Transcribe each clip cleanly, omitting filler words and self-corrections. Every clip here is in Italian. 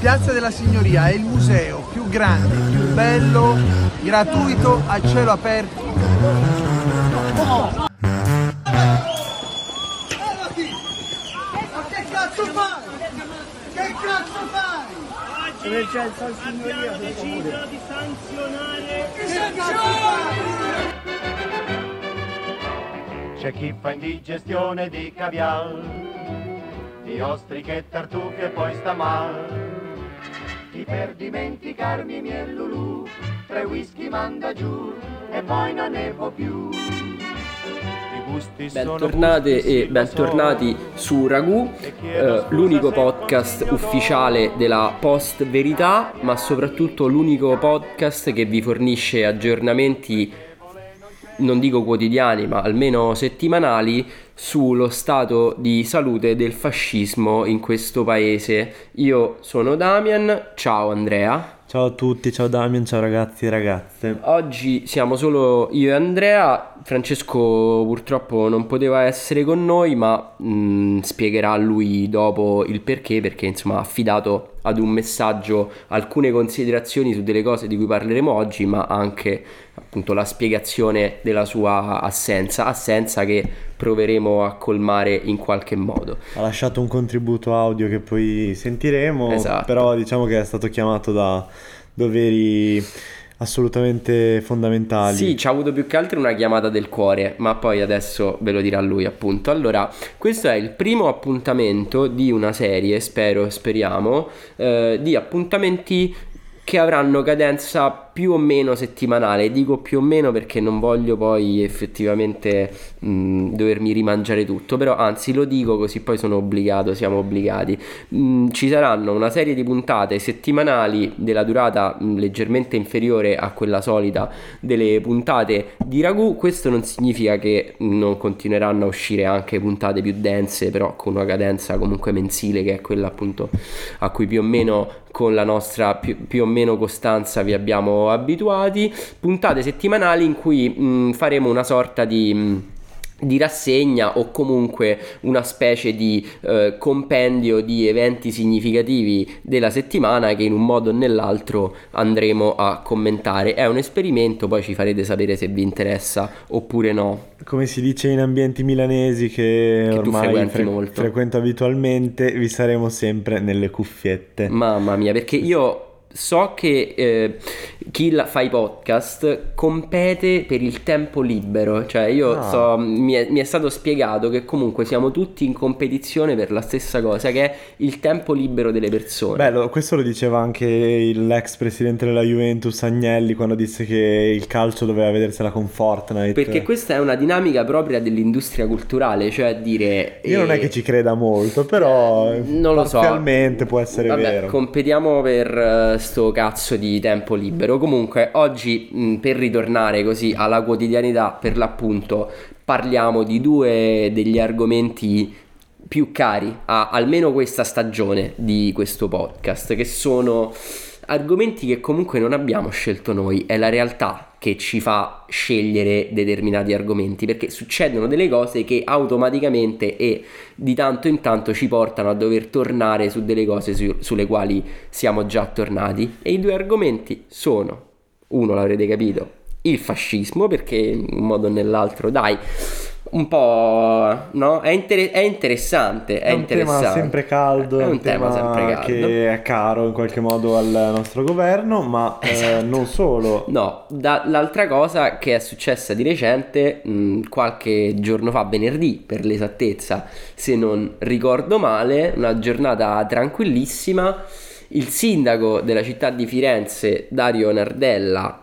Piazza della Signoria è il museo più grande, più bello, gratuito, a cielo aperto. Ma che cazzo fai? Che cazzo fai? Emergenza Signoria, abbiamo deciso di sanzionare. Che sanzione? C'è chi fa indigestione di caviar, di ostriche e tartufe e poi sta mal. Chi per dimenticarmi i miei Lulù, 3 whisky manda giù e poi non ne può più. Bentornate e bentornati su Ragù, l'unico podcast ufficiale della Post Verità, ma soprattutto l'unico podcast che vi fornisce aggiornamenti, non dico quotidiani, ma almeno settimanali, sullo stato di salute del fascismo in questo paese. Io sono Damian, ciao Andrea. Ciao a tutti, ciao Damian, ciao ragazzi e ragazze. Oggi siamo solo io e Andrea. Francesco purtroppo non poteva essere con noi, ma spiegherà lui dopo il perché insomma ha affidato ad un messaggio alcune considerazioni su delle cose di cui parleremo oggi, ma anche appunto la spiegazione della sua assenza che proveremo a colmare in qualche modo. Ha lasciato un contributo audio che poi sentiremo, esatto. Però diciamo che è stato chiamato da doveri assolutamente fondamentali. Sì, ci ha avuto più che altro una chiamata del cuore, ma poi adesso ve lo dirà lui, appunto. Allora, questo è il primo appuntamento di una serie, speriamo, di appuntamenti che avranno cadenza più o meno settimanale. Dico più o meno perché non voglio poi effettivamente dovermi rimangiare tutto, però anzi lo dico così poi siamo obbligati. Ci saranno una serie di puntate settimanali della durata leggermente inferiore a quella solita delle puntate di Ragù. Questo non significa che non continueranno a uscire anche puntate più dense, però con una cadenza comunque mensile, che è quella appunto a cui più o meno con la nostra più o meno costanza vi abbiamo abituati. Puntate settimanali in cui faremo una sorta di rassegna o comunque una specie di compendio di eventi significativi della settimana che in un modo o nell'altro andremo a commentare. È un esperimento, poi ci farete sapere se vi interessa oppure no. Come si dice in ambienti milanesi che ormai frequento abitualmente, vi saremo sempre nelle cuffiette. Mamma mia, perché io so che chi fa i podcast compete per il tempo libero, cioè mi è stato spiegato che comunque siamo tutti in competizione per la stessa cosa, che è il tempo libero delle persone. Bello, questo lo diceva anche l'ex presidente della Juventus Agnelli quando disse che il calcio doveva vedersela con Fortnite. Perché questa è una dinamica propria dell'industria culturale, cioè dire... Io non è che ci creda molto, però non lo so, parzialmente può essere vero. Competiamo per sto cazzo di tempo libero. Comunque oggi per ritornare così alla quotidianità, per l'appunto parliamo di 2 degli argomenti più cari a almeno questa stagione di questo podcast, che sono argomenti che comunque non abbiamo scelto noi, è la realtà che ci fa scegliere determinati argomenti, perché succedono delle cose che automaticamente e di tanto in tanto ci portano a dover tornare su delle cose sulle quali siamo già tornati. E i 2 argomenti sono, uno l'avrete capito, il fascismo, perché in un modo o nell'altro un po', no? È interessante. È un tema sempre caldo, è un tema sempre caldo, che è caro in qualche modo al nostro governo, ma esatto. Non solo. No, l'altra cosa che è successa di recente, qualche giorno fa, venerdì per l'esattezza, se non ricordo male, una giornata tranquillissima, il sindaco della città di Firenze, Dario Nardella,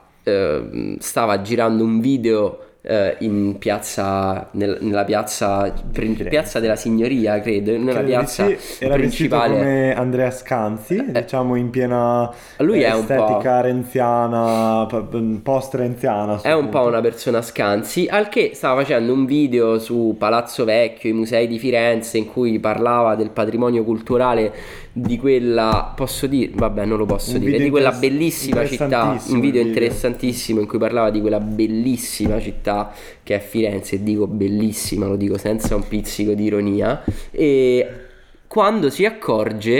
stava girando un video in piazza, nella piazza della Signoria, credo piazza era principale, come Andrea Scanzi, diciamo in piena lui è estetica renziana, post-renziana. È un po' una persona Scanzi, al che stava facendo un video su Palazzo Vecchio, i musei di Firenze, in cui parlava del patrimonio culturale di quella, posso dire? Vabbè, non lo posso dire, di quella bellissima città, un video interessantissimo in cui parlava di quella bellissima città che è Firenze, e dico bellissima, lo dico senza un pizzico di ironia, e quando si accorge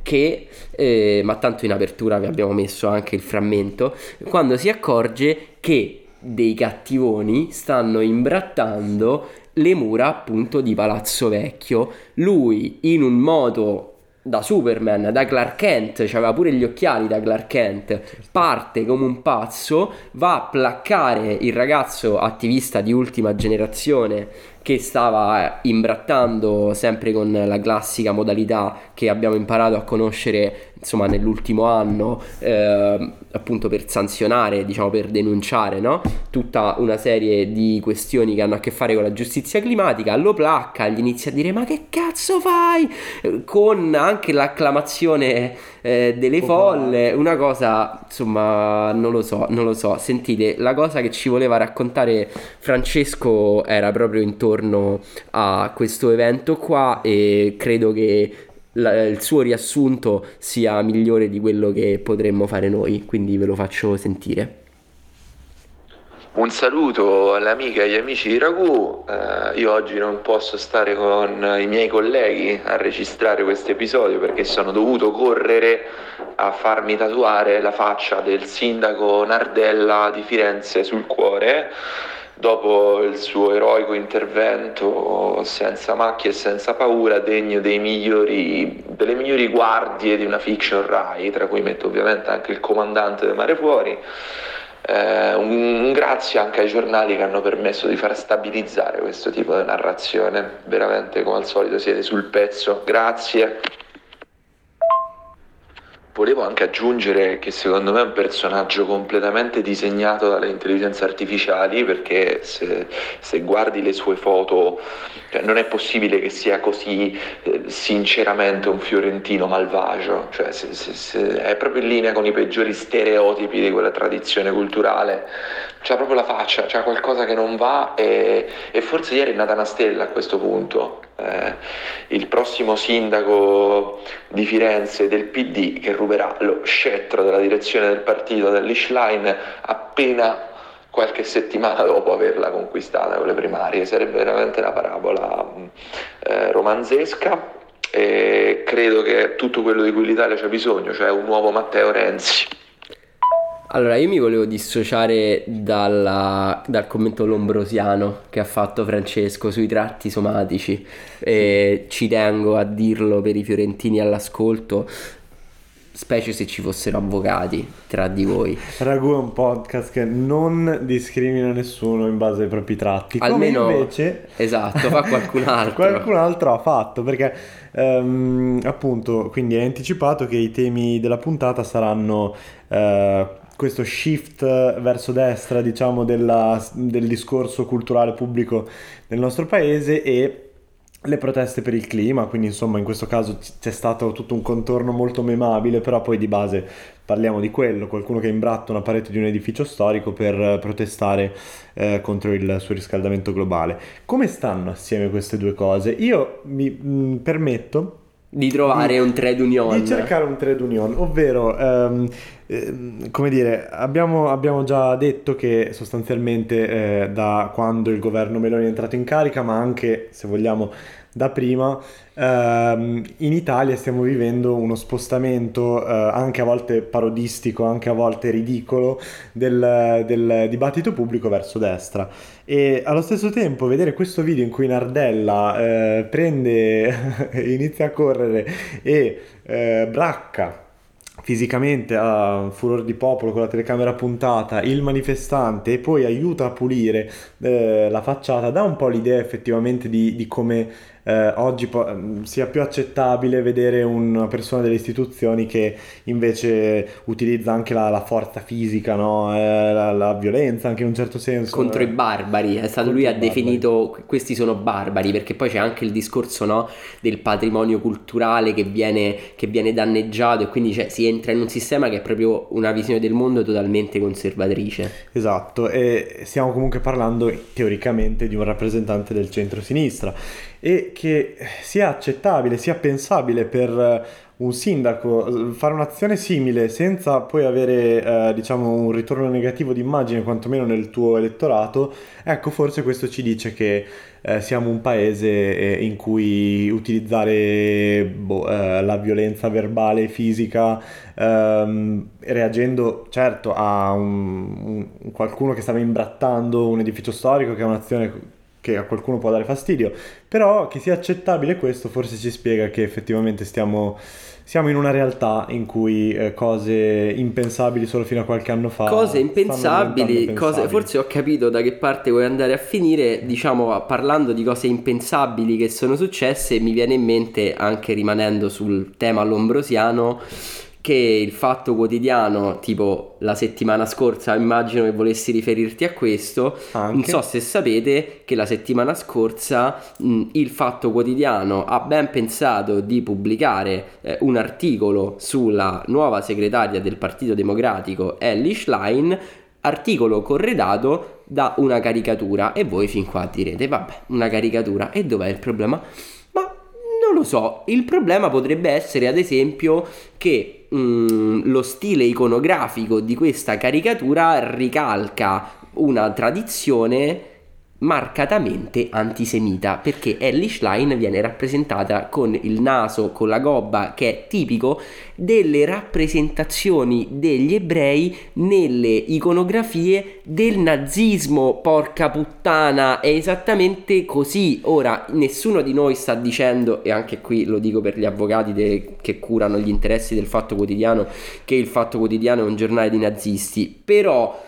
che, ma tanto in apertura vi abbiamo messo anche il frammento, quando si accorge che dei cattivoni stanno imbrattando le mura appunto di Palazzo Vecchio. Lui in un modo da Superman, da Clark Kent, c'aveva pure gli occhiali da Clark Kent, parte come un pazzo, va a placcare il ragazzo attivista di ultima generazione che stava imbrattando sempre con la classica modalità che abbiamo imparato a conoscere insomma nell'ultimo anno, appunto per sanzionare, diciamo per denunciare, no? Tutta una serie di questioni che hanno a che fare con la giustizia climatica. Lo placca, gli inizia a dire ma che cazzo fai? Con anche l'acclamazione delle folle, una cosa insomma non lo so. Sentite, la cosa che ci voleva raccontare Francesco era proprio intorno a questo evento qua, e credo che il suo riassunto sia migliore di quello che potremmo fare noi, quindi ve lo faccio sentire. Un saluto alle amiche e agli amici di Ragù. Io oggi non posso stare con i miei colleghi a registrare questo episodio perché sono dovuto correre a farmi tatuare la faccia del sindaco Nardella di Firenze sul cuore, dopo il suo eroico intervento senza macchie e senza paura, degno delle migliori guardie di una fiction Rai, tra cui metto ovviamente anche il comandante del Mare Fuori. Un grazie anche ai giornali che hanno permesso di far stabilizzare questo tipo di narrazione. Veramente, come al solito, siete sul pezzo. Grazie. Volevo anche aggiungere che secondo me è un personaggio completamente disegnato dalle intelligenze artificiali, perché se guardi le sue foto, cioè, non è possibile che sia così sinceramente un fiorentino malvagio, cioè è proprio in linea con i peggiori stereotipi di quella tradizione culturale. C'ha proprio la faccia, c'ha qualcosa che non va, e forse ieri è nata una stella a questo punto. Il prossimo sindaco di Firenze del PD che ruberà lo scettro della direzione del partito dell'Ischlein appena qualche settimana dopo averla conquistata con le primarie. Sarebbe veramente una parabola romanzesca, e credo che è tutto quello di cui l'Italia c'ha bisogno, cioè un nuovo Matteo Renzi. Allora, io mi volevo dissociare dal commento lombrosiano che ha fatto Francesco sui tratti somatici, e ci tengo a dirlo per i fiorentini all'ascolto, specie se ci fossero avvocati tra di voi. Ragù è un podcast che non discrimina nessuno in base ai propri tratti, almeno come invece esatto fa qualcun altro ha fatto, perché appunto, quindi hai anticipato che i temi della puntata saranno questo shift verso destra, diciamo, del discorso culturale pubblico del nostro paese e le proteste per il clima. Quindi insomma in questo caso c'è stato tutto un contorno molto memabile, però poi di base parliamo di quello: qualcuno che imbratta una parete di un edificio storico per protestare contro il surriscaldamento globale. Come stanno assieme queste due cose? Io mi permetto di trovare un trade union, di cercare un trade union, ovvero come dire, abbiamo già detto che sostanzialmente da quando il governo Meloni è entrato in carica, ma anche se vogliamo da prima, in Italia stiamo vivendo uno spostamento anche a volte parodistico, anche a volte ridicolo del dibattito pubblico verso destra. E allo stesso tempo vedere questo video in cui Nardella inizia a correre e bracca fisicamente a furor di popolo con la telecamera puntata il manifestante e poi aiuta a pulire la facciata, dà un po' l'idea effettivamente di come oggi sia più accettabile vedere una persona delle istituzioni che invece utilizza anche la forza fisica, no? La violenza anche in un certo senso contro i barbari. È stato lui ha definito questi sono barbari, perché poi c'è anche il discorso, no, del patrimonio culturale che viene danneggiato, e quindi si entra in un sistema che è proprio una visione del mondo totalmente conservatrice. Esatto, e stiamo comunque parlando teoricamente di un rappresentante del centro-sinistra, e che sia accettabile, sia pensabile per un sindaco fare un'azione simile senza poi avere diciamo un ritorno negativo di immagine quantomeno nel tuo elettorato, ecco forse questo ci dice che siamo un paese in cui utilizzare la violenza verbale e fisica reagendo certo a qualcuno che stava imbrattando un edificio storico, che è un'azione che a qualcuno può dare fastidio, però che sia accettabile questo forse ci spiega che effettivamente siamo in una realtà in cui cose impensabili solo fino a qualche anno fa cose stanno impensabili, diventando pensabili. forse ho capito da che parte vuoi andare a finire, diciamo, parlando di cose impensabili che sono successe, mi viene in mente, anche rimanendo sul tema lombrosiano, che il Fatto Quotidiano, tipo la settimana scorsa, immagino che volessi riferirti a questo, Anche. non so se sapete che la settimana scorsa il Fatto Quotidiano ha ben pensato di pubblicare un articolo sulla nuova segretaria del Partito Democratico, Elly Schlein, articolo corredato da una caricatura, e voi fin qua direte, vabbè, una caricatura, e dov'è il problema? Ma non lo so, il problema potrebbe essere ad esempio che lo stile iconografico di questa caricatura ricalca una tradizione marcatamente antisemita, perché Elly Schlein viene rappresentata con il naso, con la gobba, che è tipico delle rappresentazioni degli ebrei nelle iconografie del nazismo. Porca puttana, è esattamente così. Ora, nessuno di noi sta dicendo, e anche qui lo dico per gli avvocati che curano gli interessi del Fatto Quotidiano, che il Fatto Quotidiano è un giornale di nazisti, però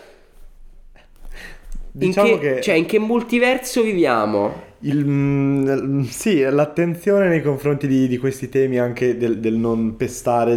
Diciamo in che multiverso viviamo? Sì, l'attenzione nei confronti di questi temi, anche del non pestare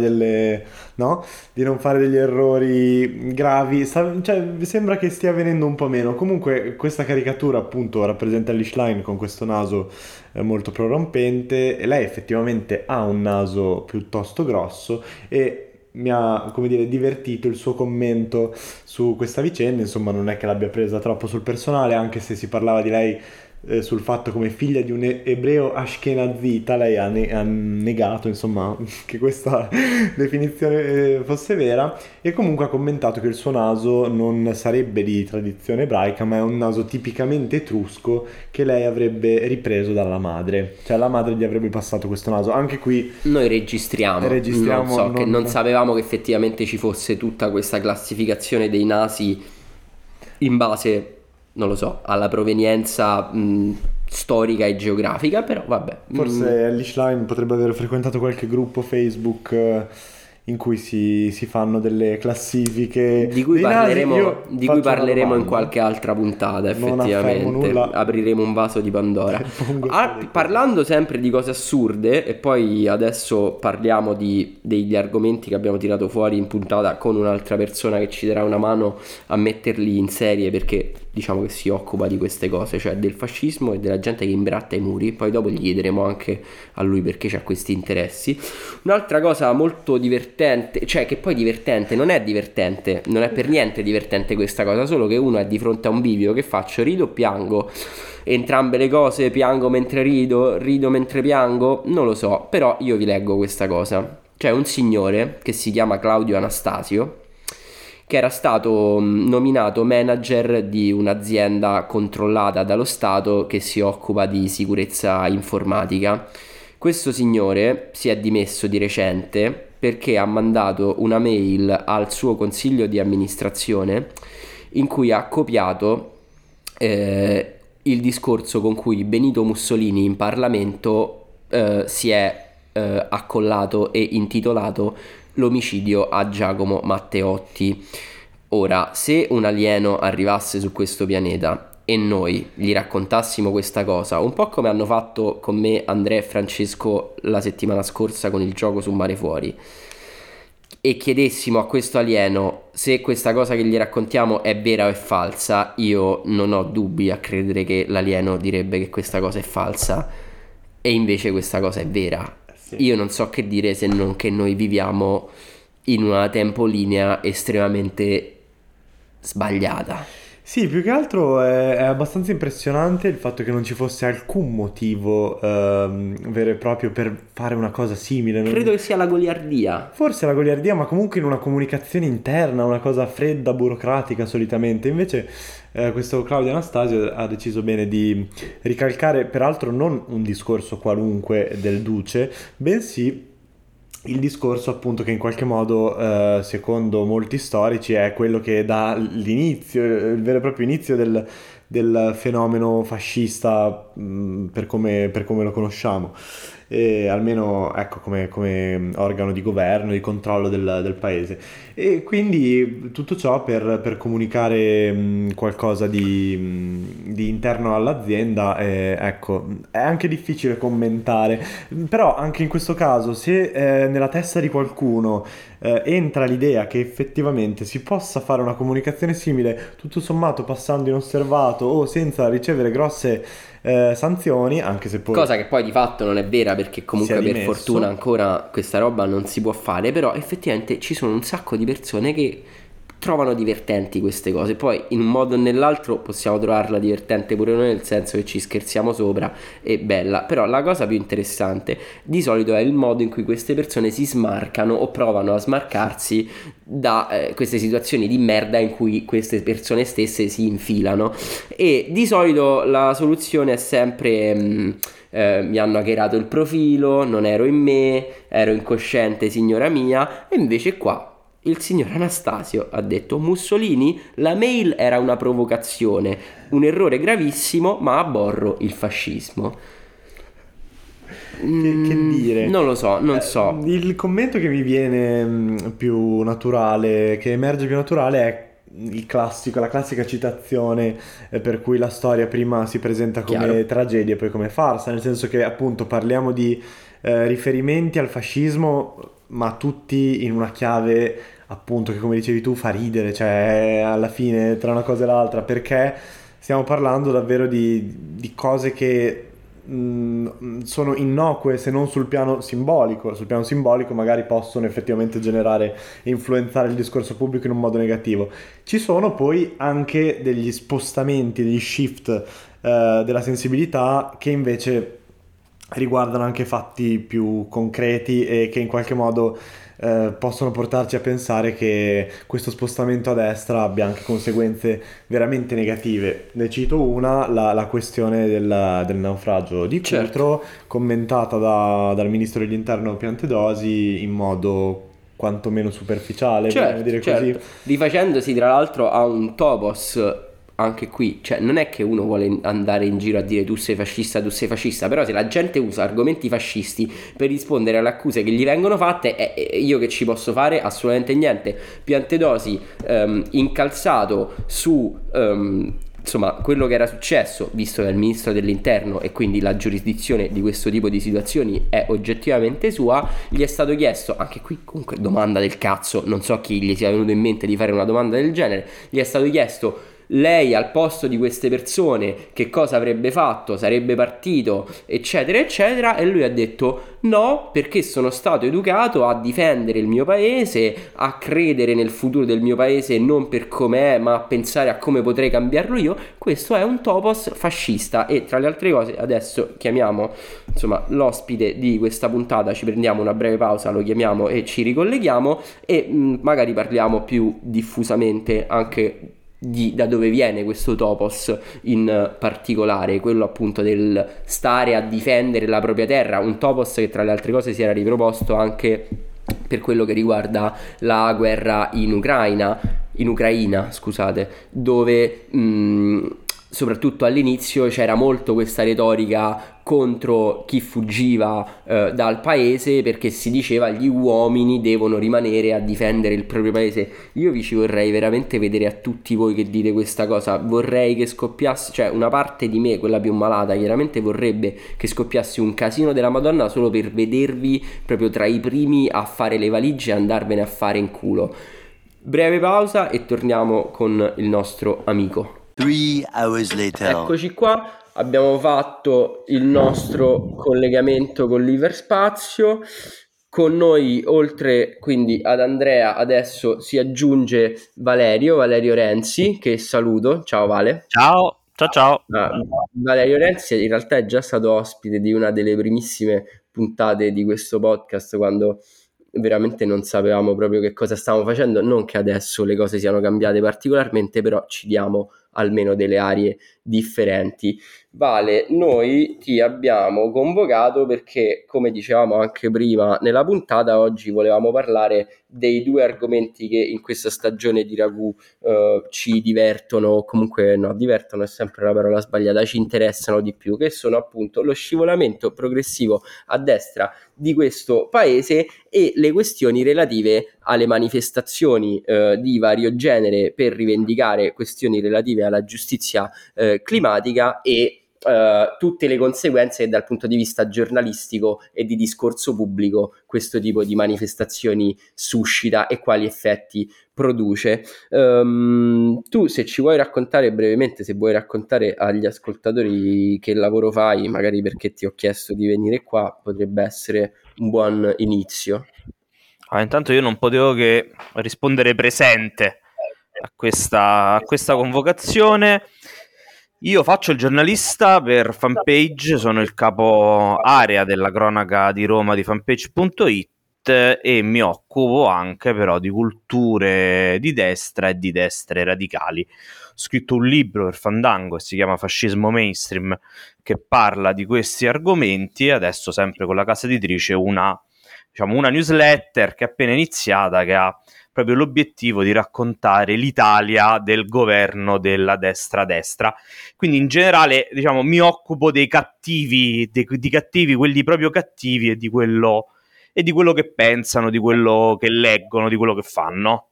no? Di non fare degli errori gravi, cioè sembra che stia avvenendo un po' meno. Comunque questa caricatura appunto rappresenta Elly Schlein con questo naso molto prorompente, e lei effettivamente ha un naso piuttosto grosso, e mi ha, come dire, divertito il suo commento su questa vicenda. Insomma, non è che l'abbia presa troppo sul personale, anche se si parlava di lei sul fatto come figlia di un ebreo ashkenazita. Lei ha negato, insomma, che questa definizione fosse vera, e comunque ha commentato che il suo naso non sarebbe di tradizione ebraica, ma è un naso tipicamente etrusco che lei avrebbe ripreso dalla madre, cioè la madre gli avrebbe passato questo naso. Anche qui noi registriamo non sapevamo che effettivamente ci fosse tutta questa classificazione dei nasi in base, non lo so, alla provenienza storica e geografica, però vabbè. Forse Elly Schlein potrebbe aver frequentato qualche gruppo Facebook in cui si fanno delle classifiche di cui parleremo in domanda. qualche altra puntata, Non affermo effettivamente nulla. apriremo un vaso di Pandora. Parlando sempre di cose assurde, e poi adesso parliamo degli argomenti che abbiamo tirato fuori in puntata con un'altra persona che ci darà una mano a metterli in serie, perché diciamo che si occupa di queste cose, cioè del fascismo e della gente che imbratta i muri. Poi dopo gli chiederemo anche a lui perché c'ha questi interessi. Un'altra cosa molto divertente, cioè che poi divertente, non è per niente divertente questa cosa, solo che uno è di fronte a un bivio: che faccio, rido o piango? Entrambe le cose, piango mentre rido mentre piango, non lo so. Però io vi leggo questa cosa. C'è un signore che si chiama Claudio Anastasio, che era stato nominato manager di un'azienda controllata dallo Stato che si occupa di sicurezza informatica. Questo signore si è dimesso di recente perché ha mandato una mail al suo consiglio di amministrazione in cui ha copiato il discorso con cui Benito Mussolini in Parlamento si è accollato e intitolato l'omicidio a Giacomo Matteotti. Ora, se un alieno arrivasse su questo pianeta e noi gli raccontassimo questa cosa, un po' come hanno fatto con me Andrea e Francesco la settimana scorsa con il gioco su Mare Fuori, e chiedessimo a questo alieno se questa cosa che gli raccontiamo è vera o è falsa, io non ho dubbi a credere che l'alieno direbbe che questa cosa è falsa, e invece questa cosa è vera. Io non so che dire se non che noi viviamo in una tempolinea estremamente sbagliata. Sì, più che altro è abbastanza impressionante il fatto che non ci fosse alcun motivo vero e proprio per fare una cosa simile. Credo che sia la goliardia. Forse la goliardia, ma comunque in una comunicazione interna, una cosa fredda, burocratica solitamente. Invece questo Claudio Anastasio ha deciso bene di ricalcare, peraltro non un discorso qualunque del Duce, bensì il discorso appunto che in qualche modo, secondo molti storici, è quello che dà l'inizio, il vero e proprio inizio del fenomeno fascista, per come lo conosciamo. E almeno ecco come organo di governo, di controllo del paese. E quindi tutto ciò per comunicare qualcosa di interno all'azienda. Ecco, è anche difficile commentare, però anche in questo caso, se nella testa di qualcuno entra l'idea che effettivamente si possa fare una comunicazione simile, tutto sommato passando inosservato o senza ricevere grosse sanzioni, anche se poi cosa che poi di fatto non è vera, perché comunque si è per dimesso. fortuna ancora questa roba non si può fare, però effettivamente ci sono un sacco di persone che trovano divertenti queste cose. Poi in un modo o nell'altro possiamo trovarla divertente pure noi, nel senso che ci scherziamo sopra, è bella. Però la cosa più interessante di solito è il modo in cui queste persone si smarcano o provano a smarcarsi da queste situazioni di merda in cui queste persone stesse si infilano. E di solito la soluzione è sempre mi hanno hackerato il profilo, non ero in me, ero incosciente signora mia. E invece qua il signor Anastasio ha detto: Mussolini, la mail era una provocazione, un errore gravissimo, ma aborro il fascismo. Che dire? Non lo so, non so. Il commento che mi viene più naturale, che emerge più naturale, è la classica citazione per cui la storia prima si presenta come Chiaro. tragedia e poi come farsa, nel senso che appunto parliamo di riferimenti al fascismo, ma tutti in una chiave appunto che, come dicevi tu, fa ridere, cioè alla fine tra una cosa e l'altra, perché stiamo parlando davvero di cose che sono innocue se non sul piano simbolico. Sul piano simbolico magari possono effettivamente generare e influenzare il discorso pubblico in un modo negativo. Ci sono poi anche degli spostamenti, degli shift della sensibilità che invece riguardano anche fatti più concreti e che in qualche modo possono portarci a pensare che questo spostamento a destra abbia anche conseguenze veramente negative. Ne cito una, la questione del naufragio di Cutro, commentata dal ministro dell'interno Piantedosi in modo quantomeno superficiale, vogliamo dire così. Rifacendosi tra l'altro a un topos. Anche qui, cioè, non è che uno vuole andare in giro a dire tu sei fascista, però se la gente usa argomenti fascisti per rispondere alle accuse che gli vengono fatte, io che ci posso fare? Assolutamente niente. Piantedosi incalzato su insomma quello che era successo, visto che è il ministro dell'interno e quindi la giurisdizione di questo tipo di situazioni è oggettivamente sua, gli è stato chiesto, anche qui comunque domanda del cazzo, non so chi gli sia venuto in mente di fare una domanda del genere, gli è stato chiesto: lei al posto di queste persone che cosa avrebbe fatto? Sarebbe partito, eccetera eccetera, e lui ha detto no, perché sono stato educato a difendere il mio paese, a credere nel futuro del mio paese non per com'è ma a pensare a come potrei cambiarlo io. Questo è un topos fascista. E tra le altre cose adesso chiamiamo insomma l'ospite di questa puntata, ci prendiamo una breve pausa, lo chiamiamo e ci ricolleghiamo e magari parliamo più diffusamente anche da dove viene questo topos in particolare, quello appunto del stare a difendere la propria terra, un topos che tra le altre cose si era riproposto anche per quello che riguarda la guerra in Ucraina, scusate, dove soprattutto all'inizio c'era molto questa retorica contro chi fuggiva dal paese, perché si diceva gli uomini devono rimanere a difendere il proprio paese. Io vi ci vorrei veramente vedere a tutti voi che dite questa cosa, vorrei che scoppiasse, cioè una parte di me, quella più malata, chiaramente vorrebbe che scoppiasse un casino della Madonna solo per vedervi proprio tra i primi a fare le valigie e andarvene a fare in culo. Breve pausa e torniamo con il nostro amico. 3 hours later. Eccoci qua, abbiamo fatto il nostro collegamento con l'Iperspazio. Con noi, oltre quindi ad Andrea, adesso si aggiunge Valerio Renzi, che saluto. Ciao Vale. Ciao. Valerio Renzi in realtà è già stato ospite di una delle primissime puntate di questo podcast, quando veramente non sapevamo proprio che cosa stavamo facendo. Non che adesso le cose siano cambiate particolarmente, però ci diamo almeno delle aree differenti. Vale, noi ti abbiamo convocato perché, come dicevamo anche prima nella puntata, oggi volevamo parlare dei due argomenti che in questa stagione di Ragù ci divertono, o comunque no, divertono è sempre la parola sbagliata, ci interessano di più, che sono appunto lo scivolamento progressivo a destra di questo paese e le questioni relative alle manifestazioni di vario genere per rivendicare questioni relative alla giustizia climatica e tutte le conseguenze che dal punto di vista giornalistico e di discorso pubblico questo tipo di manifestazioni suscita e quali effetti produce. Tu, se ci vuoi raccontare brevemente, se vuoi raccontare agli ascoltatori che lavoro fai, magari perché ti ho chiesto di venire qua, potrebbe essere un buon inizio. Intanto io non potevo che rispondere presente a questa convocazione. Io faccio il giornalista per Fanpage, sono il capo area della cronaca di Roma di fanpage.it e mi occupo anche però di culture di destra e di destre radicali. Ho scritto un libro per Fandango che si chiama Fascismo Mainstream, che parla di questi argomenti, e adesso sempre con la casa editrice una newsletter che è appena iniziata, che ha proprio l'obiettivo di raccontare l'Italia del governo della destra. Quindi in generale, mi occupo dei cattivi, di cattivi, quelli proprio cattivi, e di quello che pensano, di quello che leggono, di quello che fanno.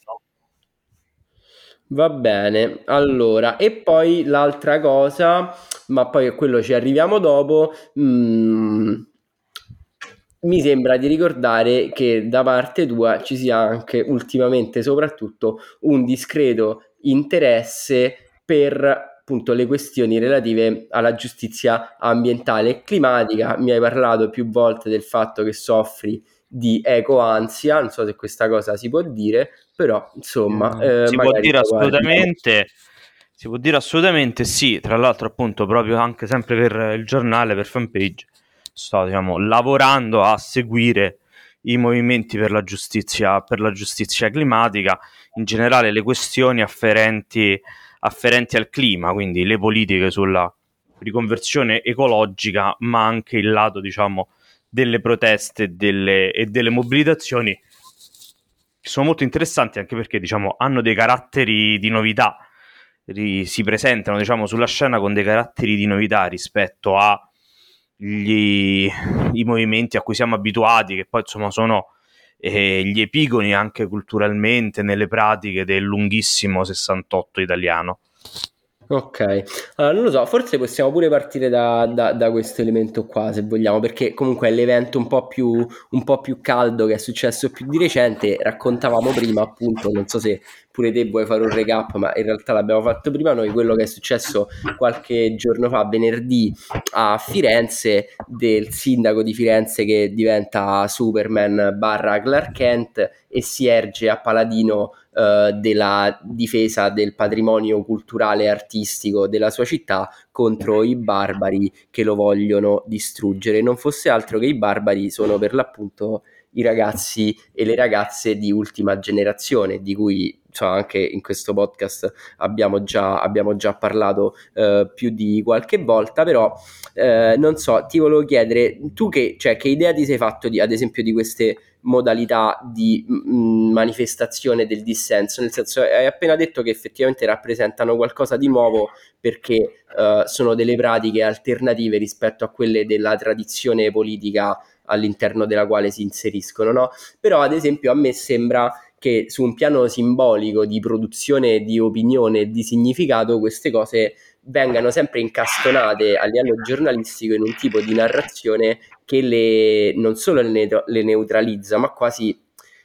Va bene, allora, e poi l'altra cosa, ma poi a quello ci arriviamo dopo. Mi sembra di ricordare che da parte tua ci sia anche ultimamente soprattutto un discreto interesse per appunto le questioni relative alla giustizia ambientale e climatica. Mi hai parlato più volte del fatto che soffri di ecoansia, non so se questa cosa si può dire, però insomma si può dire assolutamente sì. Tra l'altro, appunto, proprio anche sempre per il giornale, per Fanpage, sto lavorando a seguire i movimenti per la giustizia climatica, in generale le questioni afferenti al clima, quindi le politiche sulla riconversione ecologica, ma anche il lato delle proteste e delle mobilitazioni, che sono molto interessanti, anche perché hanno dei caratteri di novità, si presentano sulla scena con dei caratteri di novità rispetto a i movimenti a cui siamo abituati, che poi sono gli epigoni anche culturalmente nelle pratiche del lunghissimo 68 italiano. Ok, allora non lo so, forse possiamo pure partire da questo elemento qua, se vogliamo, perché comunque è l'evento un po' più caldo che è successo più di recente. Raccontavamo prima, appunto, non so se pure te vuoi fare un recap, ma in realtà l'abbiamo fatto prima noi, quello che è successo qualche giorno fa, venerdì, a Firenze, del sindaco di Firenze che diventa Superman / Clark Kent e si erge a paladino della difesa del patrimonio culturale e artistico della sua città contro i barbari che lo vogliono distruggere. Non fosse altro che i barbari sono per l'appunto i ragazzi e le ragazze di ultima generazione, di cui anche in questo podcast abbiamo già parlato più di qualche volta. Però non so, ti volevo chiedere, tu che idea ti sei fatto ad esempio di queste modalità di manifestazione del dissenso? Nel senso, hai appena detto che effettivamente rappresentano qualcosa di nuovo perché sono delle pratiche alternative rispetto a quelle della tradizione politica all'interno della quale si inseriscono, no? Però ad esempio a me sembra che su un piano simbolico di produzione di opinione e di significato queste cose vengano sempre incastonate a livello giornalistico in un tipo di narrazione che non solo le neutralizza, ma quasi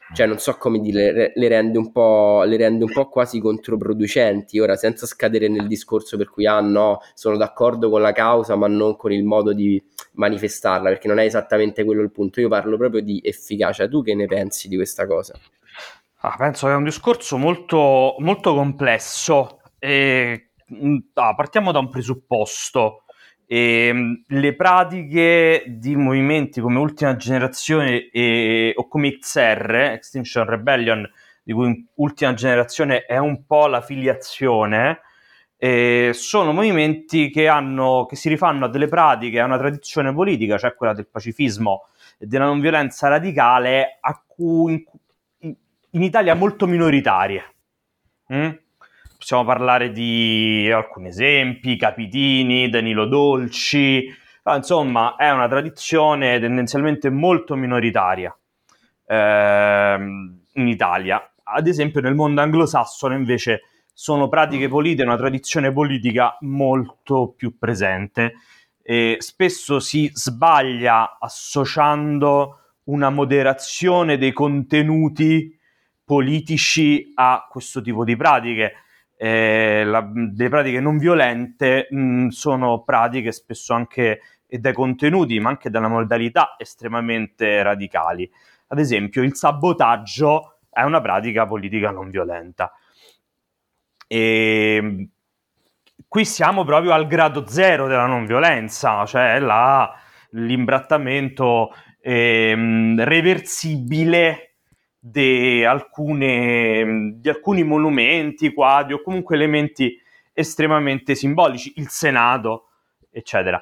cioè non so come dire, le rende un po' quasi controproducenti, ora senza scadere nel discorso per cui no, sono d'accordo con la causa ma non con il modo di manifestarla, perché non è esattamente quello il punto. Io parlo proprio di efficacia. Tu che ne pensi di questa cosa? Penso che è un discorso molto, molto complesso. Partiamo da un presupposto. Le pratiche di movimenti come Ultima Generazione o come XR, Extinction Rebellion, di cui Ultima Generazione è un po' la filiazione, sono movimenti che si rifanno a delle pratiche, a una tradizione politica, cioè quella del pacifismo e della non violenza radicale, a cui in Italia molto minoritarie. Possiamo parlare di alcuni esempi, Capitini, Danilo Dolci, insomma è una tradizione tendenzialmente molto minoritaria in Italia. Ad esempio nel mondo anglosassone invece sono pratiche politiche, una tradizione politica molto più presente, e spesso si sbaglia associando una moderazione dei contenuti politici a questo tipo di pratiche. Le pratiche non violente sono pratiche spesso anche dai contenuti ma anche dalla modalità estremamente radicali. Ad esempio il sabotaggio è una pratica politica non violenta. E qui siamo proprio al grado zero della non violenza, cioè l'imbrattamento reversibile di alcuni monumenti, quadri o comunque elementi estremamente simbolici, il Senato, eccetera.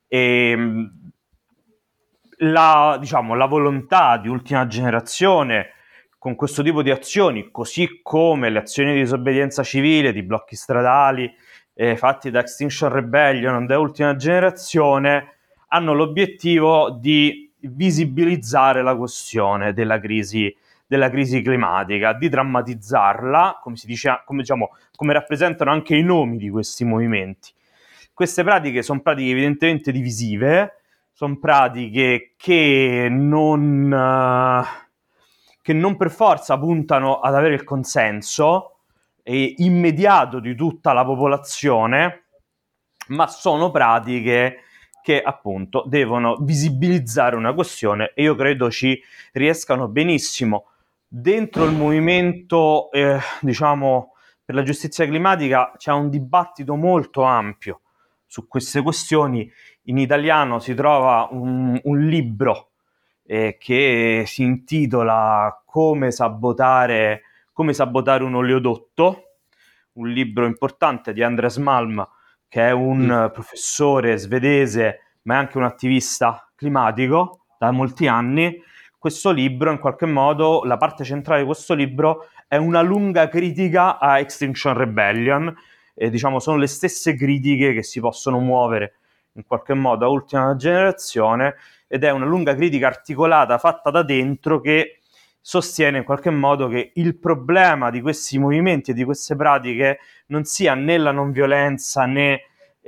La volontà di Ultima Generazione con questo tipo di azioni, così come le azioni di disobbedienza civile, di blocchi stradali fatti da Extinction Rebellion, da Ultima Generazione, hanno l'obiettivo di visibilizzare la questione della crisi climatica, di drammatizzarla, come rappresentano anche i nomi di questi movimenti. Queste pratiche sono pratiche evidentemente divisive, sono pratiche che non per forza puntano ad avere il consenso immediato di tutta la popolazione, ma sono pratiche che appunto devono visibilizzare una questione e io credo ci riescano benissimo. Dentro il movimento per la giustizia climatica c'è un dibattito molto ampio su queste questioni. In italiano si trova un libro che si intitola Come sabotare un oleodotto, un libro importante di Andreas Malm, che è un professore svedese ma è anche un attivista climatico da molti anni. Questo libro, in qualche modo, la parte centrale di questo libro è una lunga critica a Extinction Rebellion, e sono le stesse critiche che si possono muovere in qualche modo a Ultima Generazione, ed è una lunga critica articolata fatta da dentro che sostiene in qualche modo che il problema di questi movimenti e di queste pratiche non sia né la non violenza né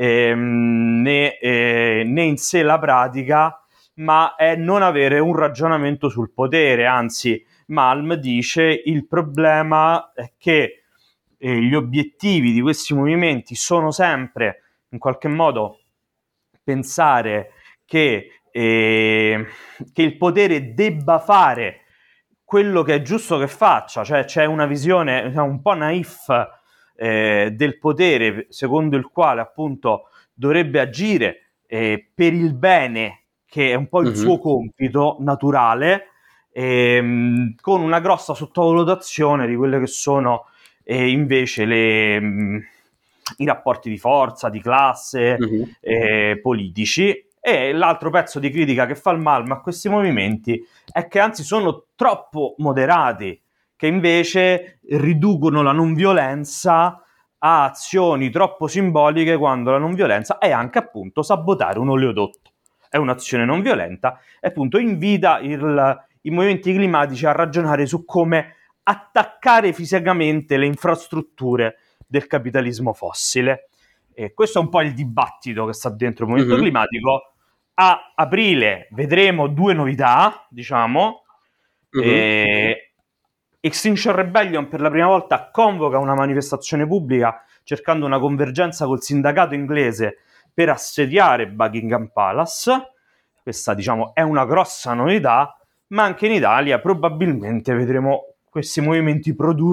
in sé la pratica, ma è non avere un ragionamento sul potere. Anzi, Malm dice il problema è che gli obiettivi di questi movimenti sono sempre in qualche modo pensare che il potere debba fare quello che è giusto che faccia, cioè c'è una visione un po' naif del potere secondo il quale appunto dovrebbe agire per il bene, che è un po' il suo compito naturale, con una grossa sottovalutazione di quelle che sono invece i rapporti di forza, di classe, politici. E l'altro pezzo di critica che fa il Malm a questi movimenti è che anzi sono troppo moderati, che invece riducono la non violenza a azioni troppo simboliche, quando la non violenza è anche appunto sabotare un oleodotto. È un'azione non violenta e appunto invita i movimenti climatici a ragionare su come attaccare fisicamente le infrastrutture del capitalismo fossile. E questo è un po' il dibattito che sta dentro il movimento climatico. A aprile vedremo due novità, Extinction Rebellion per la prima volta convoca una manifestazione pubblica cercando una convergenza col sindacato inglese per assediare Buckingham Palace. Questa, diciamo, è una grossa novità, ma anche in Italia probabilmente vedremo questi movimenti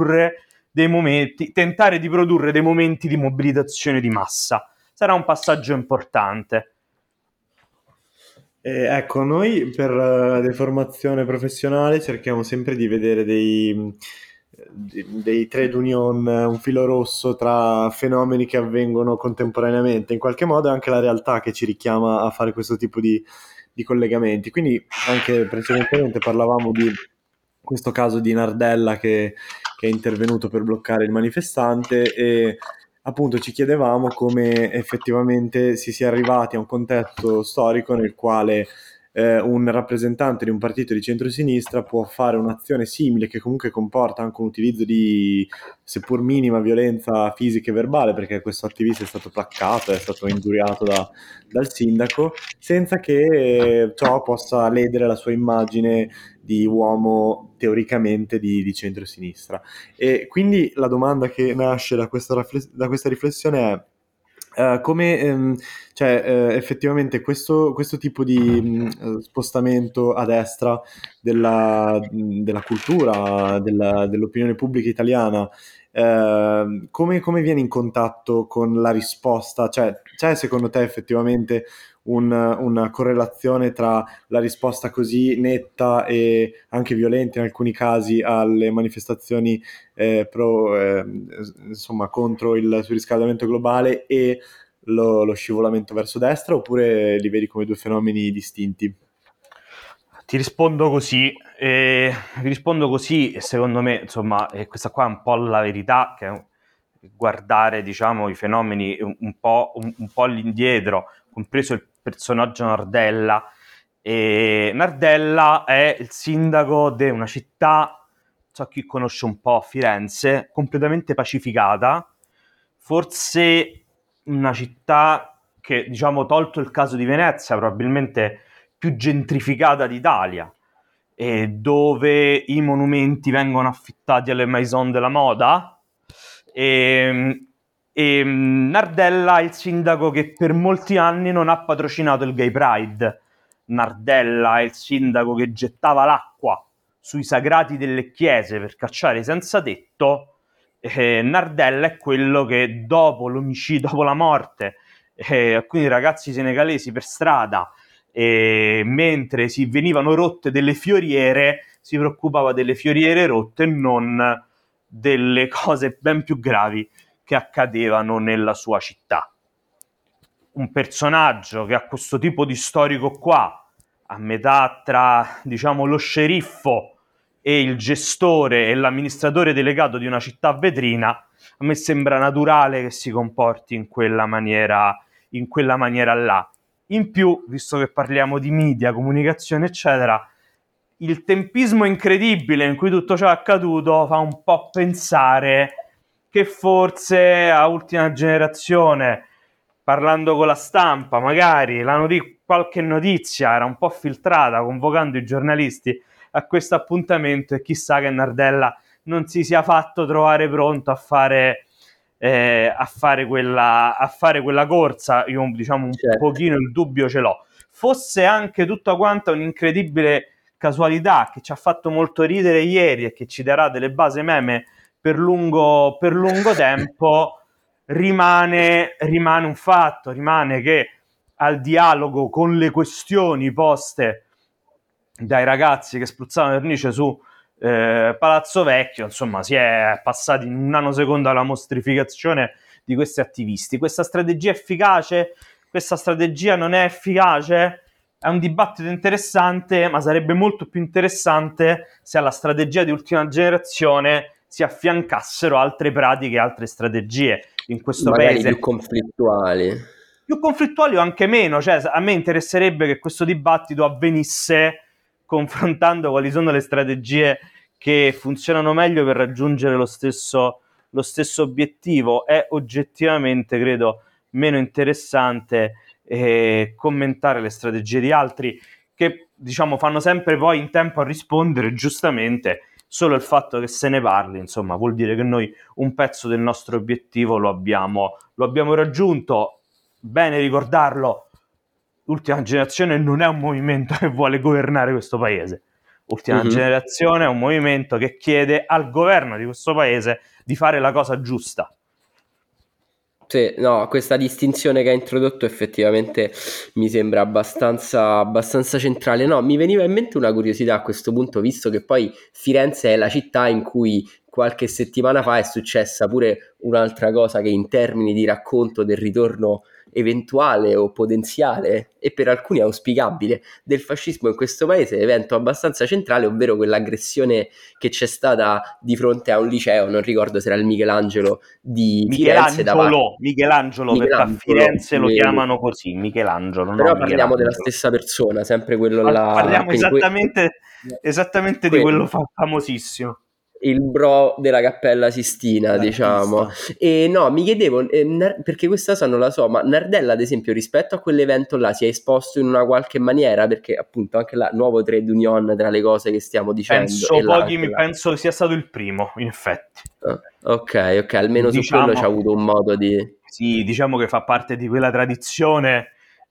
tentare di produrre dei momenti di mobilitazione di massa. Sarà un passaggio importante. Ecco, noi per deformazione professionale cerchiamo sempre di vedere dei trade union, un filo rosso tra fenomeni che avvengono contemporaneamente. In qualche modo è anche la realtà che ci richiama a fare questo tipo di collegamenti. Quindi anche precedentemente parlavamo di questo caso di Nardella che è intervenuto per bloccare il manifestante, e appunto ci chiedevamo come effettivamente si sia arrivati a un contesto storico nel quale un rappresentante di un partito di centrosinistra può fare un'azione simile, che comunque comporta anche un utilizzo di, seppur minima, violenza fisica e verbale, perché questo attivista è stato placcato, è stato ingiuriato dal sindaco, senza che ciò possa ledere la sua immagine di uomo teoricamente di centrosinistra. E quindi la domanda che nasce da questa riflessione è come effettivamente questo tipo di spostamento a destra della cultura, dell'opinione pubblica italiana, come viene in contatto con la risposta? Cioè, c'è secondo te effettivamente una correlazione tra la risposta così netta e anche violenta in alcuni casi alle manifestazioni contro il surriscaldamento globale e lo scivolamento verso destra, oppure li vedi come due fenomeni distinti? Ti rispondo così, e secondo me, insomma, questa qua è un po' la verità, che è guardare, diciamo, i fenomeni un po' all'indietro, compreso il personaggio Nardella. E Nardella è il sindaco di una città, so chi conosce un po' Firenze, completamente pacificata, forse una città che, diciamo, tolto il caso di Venezia, probabilmente più gentrificata d'Italia, e dove i monumenti vengono affittati alle maison della moda. E Nardella è il sindaco che per molti anni non ha patrocinato il Gay Pride. Nardella è il sindaco che gettava l'acqua sui sagrati delle chiese per cacciare i senza tetto. Nardella è quello che dopo l'omicidio, dopo la morte alcuni ragazzi senegalesi per strada, mentre si venivano rotte delle fioriere, si preoccupava delle fioriere rotte e non delle cose ben più gravi che accadevano nella sua città. Un personaggio che ha questo tipo di storico qua, a metà tra, diciamo, lo sceriffo e il gestore e l'amministratore delegato di una città vetrina, a me sembra naturale che si comporti in quella maniera là. In più, visto che parliamo di media, comunicazione, eccetera, il tempismo incredibile in cui tutto ciò è accaduto fa un po' pensare che forse a Ultima Generazione, parlando con la stampa, magari qualche notizia era un po' filtrata, convocando i giornalisti a questo appuntamento, e chissà che Nardella non si sia fatto trovare pronto a fare quella corsa. Io, diciamo, pochino il dubbio ce l'ho. Fosse anche tutta quanta un'incredibile casualità che ci ha fatto molto ridere ieri e che ci darà delle base meme per lungo tempo, rimane un fatto, rimane che al dialogo con le questioni poste dai ragazzi che spruzzavano vernice su Palazzo Vecchio, insomma, si è passati in un nanosecondo alla mostrificazione di questi attivisti. Questa strategia è efficace? Questa strategia non è efficace? È un dibattito interessante, ma sarebbe molto più interessante se alla strategia di Ultima Generazione si affiancassero altre pratiche, altre strategie in questo magari paese. Più conflittuali O anche meno. Cioè, a me interesserebbe che questo dibattito avvenisse confrontando quali sono le strategie che funzionano meglio per raggiungere lo stesso obiettivo. È oggettivamente, credo, meno interessante commentare le strategie di altri che, diciamo, fanno sempre poi in tempo a rispondere giustamente solo il fatto che se ne parli, insomma, vuol dire che noi un pezzo del nostro obiettivo lo abbiamo raggiunto. Bene ricordarlo, l'ultima generazione non è un movimento che vuole governare questo paese. Ultima generazione è un movimento che chiede al governo di questo paese di fare la cosa giusta. Sì, no, questa distinzione che ha introdotto effettivamente mi sembra abbastanza centrale. No, mi veniva in mente una curiosità a questo punto, visto che poi Firenze è la città in cui qualche settimana fa è successa pure un'altra cosa che in termini di racconto del ritorno eventuale o potenziale e per alcuni auspicabile del fascismo in questo paese, evento abbastanza centrale, ovvero quell'aggressione che c'è stata di fronte a un liceo, non ricordo se era il Michelangelo di Firenze. Michelangelo, perché a Firenze lo chiamano così, Michelangelo. Però no, parliamo della stessa persona, sempre quello là. Parliamo esattamente di quello famosissimo. Il bro della Cappella Sistina, diciamo. E no, mi chiedevo, perché questa cosa non la so, ma Nardella ad esempio rispetto a quell'evento là si è esposto in una qualche maniera, perché appunto anche là nuovo trade union tra le cose che stiamo dicendo. Penso sia stato il primo, in effetti. Ok, almeno su quello c'ha avuto un modo di... Sì, diciamo che fa parte di quella tradizione...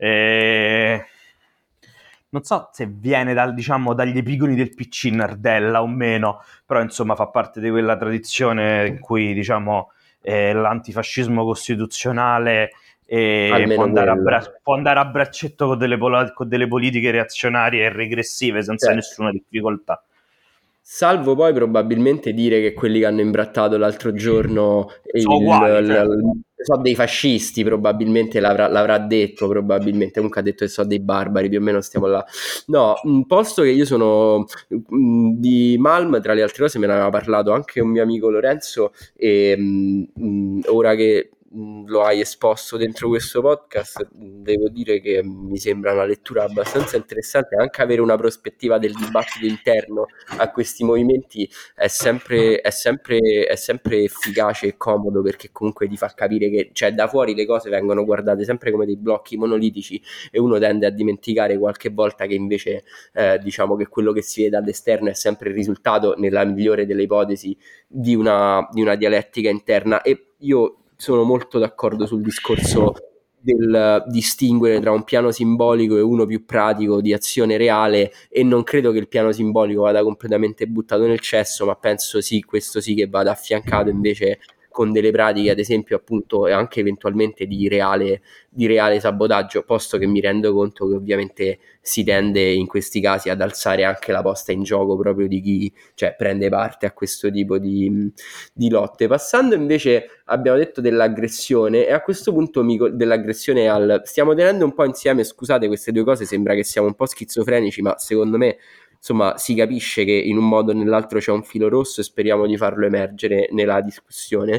Non so se viene dagli epigoni del PC Nardella o meno, però insomma fa parte di quella tradizione in cui l'antifascismo costituzionale può andare a braccetto con delle politiche reazionarie e regressive senza nessuna difficoltà. Salvo poi probabilmente dire che quelli che hanno imbrattato l'altro giorno so dei fascisti, probabilmente l'avrà detto, probabilmente comunque ha detto che so dei barbari, più o meno stiamo là. No, posto che io sono di Malm, tra le altre cose me ne aveva parlato anche un mio amico Lorenzo, e ora che lo hai esposto dentro questo podcast, devo dire che mi sembra una lettura abbastanza interessante. Anche avere una prospettiva del dibattito interno a questi movimenti è sempre efficace e comodo, perché comunque ti fa capire che, cioè, da fuori le cose vengono guardate sempre come dei blocchi monolitici e uno tende a dimenticare qualche volta che invece diciamo che quello che si vede dall'esterno è sempre il risultato, nella migliore delle ipotesi, di una dialettica interna. E io sono molto d'accordo sul discorso del distinguere tra un piano simbolico e uno più pratico di azione reale, e non credo che il piano simbolico vada completamente buttato nel cesso, ma penso questo sì che vada affiancato invece con delle pratiche, ad esempio appunto, e anche eventualmente di reale sabotaggio, posto che mi rendo conto che ovviamente si tende in questi casi ad alzare anche la posta in gioco proprio di chi, cioè, prende parte a questo tipo di lotte. Passando invece, abbiamo detto dell'aggressione, e a questo punto dell'aggressione stiamo tenendo un po' insieme, scusate, queste due cose, sembra che siamo un po' schizofrenici, ma secondo me insomma si capisce che in un modo o nell'altro c'è un filo rosso e speriamo di farlo emergere nella discussione.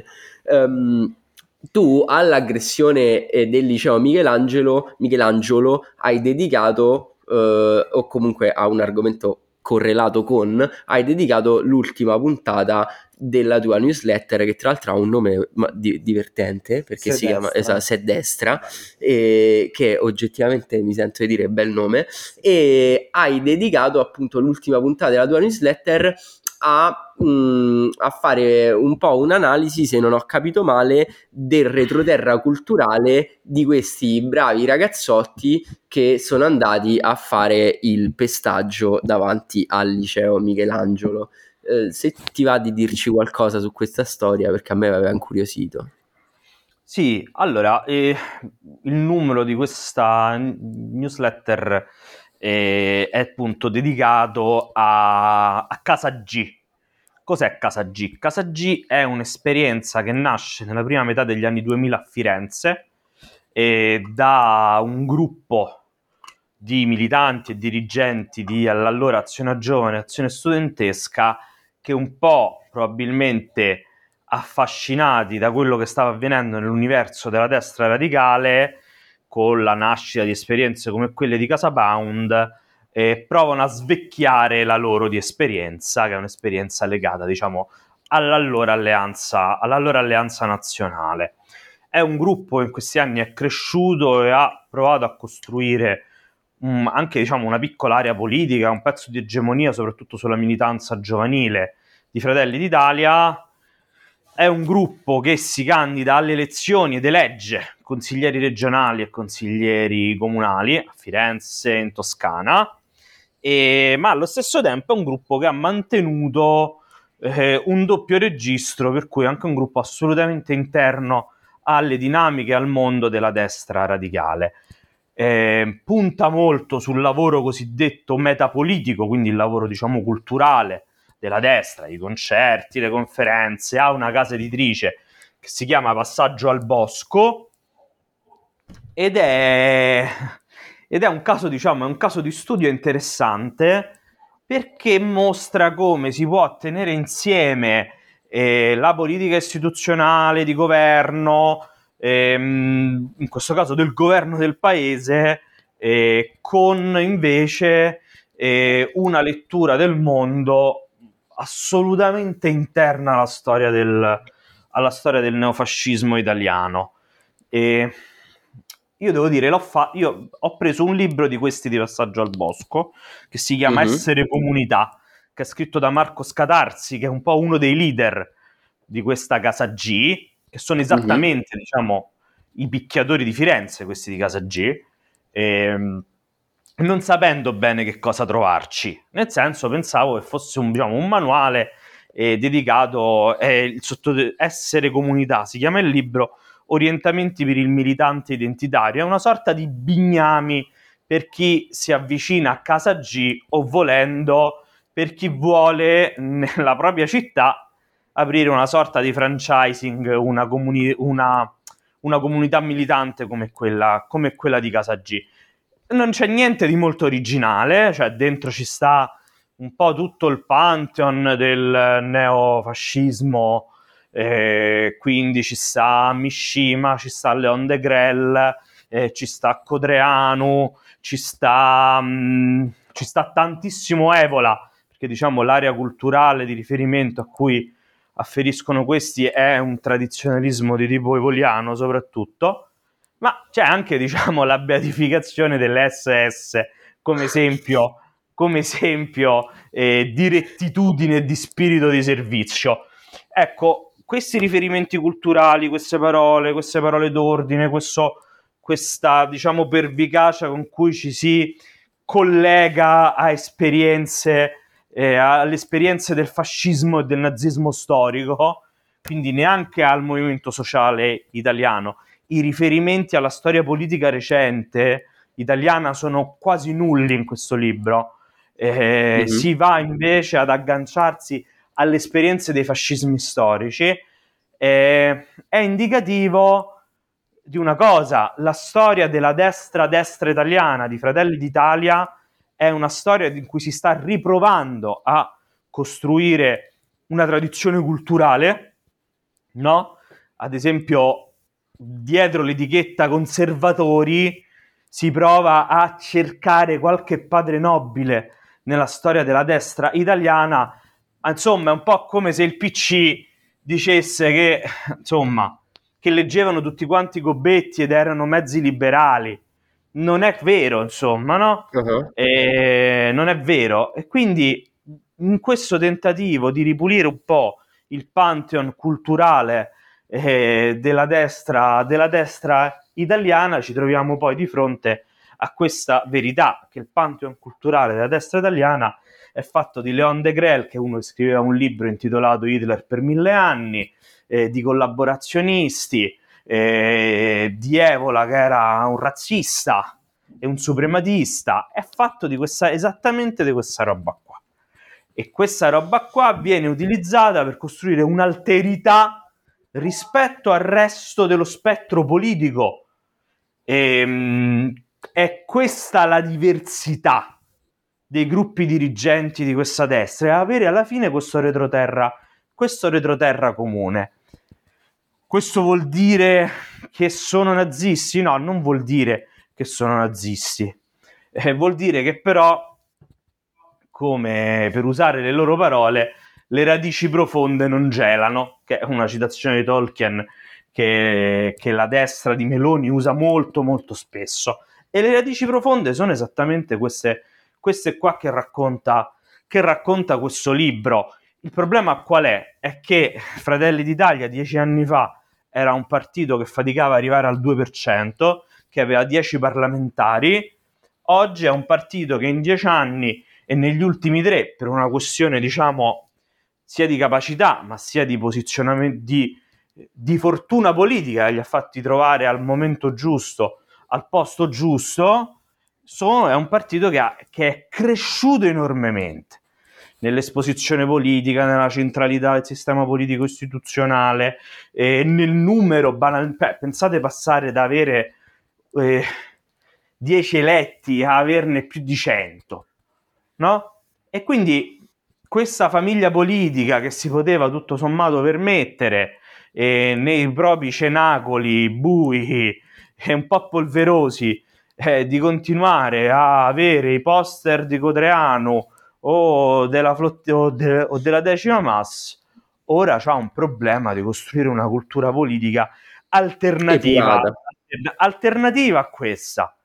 Tu all'aggressione del liceo Michelangelo hai dedicato, o comunque a un argomento correlato hai dedicato l'ultima puntata della tua newsletter, che tra l'altro ha un nome divertente, perché si chiama Se Destra, che oggettivamente mi sento di dire bel nome, e hai dedicato appunto l'ultima puntata della tua newsletter a fare un po' un'analisi, se non ho capito male, del retroterra culturale di questi bravi ragazzotti che sono andati a fare il pestaggio davanti al liceo Michelangelo. Se ti va di dirci qualcosa su questa storia, perché a me aveva incuriosito. Sì, allora, il numero di questa newsletter è appunto dedicato a Casa G. Cos'è Casa G? Casa G è un'esperienza che nasce nella prima metà degli anni 2000 a Firenze da un gruppo di militanti e dirigenti di allora Azione Giovane, Azione Studentesca, che un po' probabilmente affascinati da quello che stava avvenendo nell'universo della destra radicale, con la nascita di esperienze come quelle di Casa Pound, provano a svecchiare la loro di esperienza, che è un'esperienza legata, diciamo, all'allora alleanza nazionale. È un gruppo che in questi anni è cresciuto e ha provato a costruire anche, diciamo, una piccola area politica, un pezzo di egemonia soprattutto sulla militanza giovanile di Fratelli d'Italia è un gruppo che si candida alle elezioni ed elegge consiglieri regionali e consiglieri comunali a Firenze, in Toscana, ma allo stesso tempo è un gruppo che ha mantenuto un doppio registro, per cui è anche un gruppo assolutamente interno alle dinamiche e al mondo della destra radicale. Punta molto sul lavoro cosiddetto metapolitico, quindi il lavoro diciamo culturale della destra, i concerti, le conferenze. Ha una casa editrice che si chiama Passaggio al Bosco ed è un caso, diciamo, è un caso di studio interessante, perché mostra come si può tenere insieme la politica istituzionale di governo, in questo caso del governo del paese, con invece una lettura del mondo assolutamente interna alla storia del neofascismo italiano. Io devo dire, io ho preso un libro di questi di Passaggio al Bosco che si chiama Essere Comunità, che è scritto da Marco Scatarsi, che è un po' uno dei leader di questa Casa G, che sono esattamente, diciamo, i picchiatori di Firenze, questi di Casa G, non sapendo bene che cosa trovarci. Nel senso, pensavo che fosse un manuale dedicato, Essere Comunità, si chiama il libro, Orientamenti per il militante identitario. È una sorta di bignami per chi si avvicina a Casa G, o volendo per chi vuole nella propria città aprire una sorta di franchising, una comunità militante come quella di Casa G. Non c'è niente di molto originale, cioè dentro ci sta un po' tutto il pantheon del neofascismo, quindi ci sta Mishima, ci sta Leon Degrelle, ci sta Codreanu, ci sta tantissimo Evola, perché diciamo l'area culturale di riferimento a cui afferiscono questi è un tradizionalismo di tipo evoliano soprattutto, ma c'è anche, diciamo, la beatificazione delle SS come esempio di rettitudine e di spirito di servizio. Ecco, questi riferimenti culturali, queste parole d'ordine, questa, diciamo, pervicacia con cui ci si collega a alle esperienze del fascismo e del nazismo storico, quindi neanche al movimento sociale italiano. I riferimenti alla storia politica recente italiana sono quasi nulli in questo libro. Si va invece ad agganciarsi alle esperienze dei fascismi storici. È indicativo di una cosa: la storia della destra italiana di Fratelli d'Italia è una storia in cui si sta riprovando a costruire una tradizione culturale, no? Ad esempio, dietro l'etichetta conservatori si prova a cercare qualche padre nobile nella storia della destra italiana. Insomma, è un po' come se il PC dicesse che, insomma, che leggevano tutti quanti Gobetti ed erano mezzi liberali. Non è vero, insomma, no? Non è vero. E quindi in questo tentativo di ripulire un po' il pantheon culturale della destra italiana, ci troviamo poi di fronte a questa verità, che il pantheon culturale della destra italiana è fatto di Leon Degrelle, che uno scriveva un libro intitolato Hitler per 1000 anni, di collaborazionisti, di Evola, che era un razzista e un suprematista. È fatto esattamente di questa roba qua, e questa roba qua viene utilizzata per costruire un'alterità rispetto al resto dello spettro politico. È questa la diversità dei gruppi dirigenti di questa destra, e avere alla fine questo retroterra comune. Questo vuol dire che sono nazisti? No, non vuol dire che sono nazisti. Vuol dire che però, come per usare le loro parole, le radici profonde non gelano, che è una citazione di Tolkien che la destra di Meloni usa molto molto spesso. E le radici profonde sono esattamente queste qua che racconta questo libro. il problema qual è? È che Fratelli d'Italia 10 anni fa era un partito che faticava ad arrivare al 2%, che aveva 10 parlamentari. Oggi è un partito che in 10 anni e negli ultimi 3, per una questione diciamo sia di capacità ma sia di posizionamento, di fortuna politica che li ha fatti trovare al momento giusto, al posto giusto, è un partito che è cresciuto enormemente nell'esposizione politica, nella centralità del sistema politico istituzionale, nel numero pensate passare da avere 10 eletti a averne più di 100, no? E quindi questa famiglia politica che si poteva tutto sommato permettere nei propri cenacoli bui e un po' polverosi di continuare a avere i poster di Codreanu o della decima Mas, ora c'ha un problema di costruire una cultura politica alternativa a questa.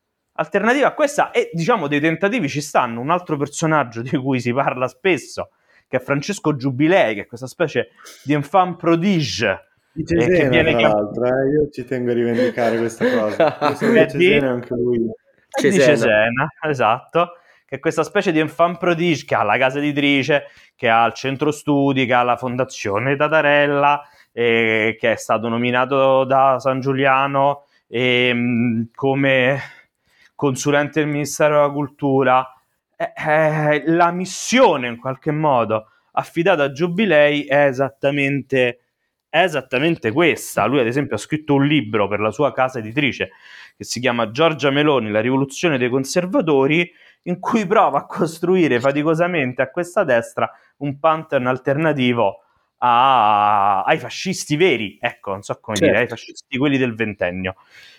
E diciamo dei tentativi ci stanno. Un altro personaggio di cui si parla spesso, che è Francesco Giubilei, che è questa specie di enfant prodige di Cesena, che viene tra l'altro, io ci tengo a rivendicare questa cosa. Cesena, anche lui. Di Cesena, esatto, che è questa specie di enfant prodige che ha la casa editrice, che ha il centro studi, che ha la fondazione Tatarella, che è stato nominato da San Giuliano come consulente del Ministero della Cultura. La missione in qualche modo affidata a Giubilei è esattamente questa. Lui ad esempio ha scritto un libro per la sua casa editrice che si chiama Giorgia Meloni, la rivoluzione dei conservatori, in cui prova a costruire faticosamente a questa destra un pattern alternativo ai fascisti veri, ecco, non so come dire, ai fascisti quelli del ventennio.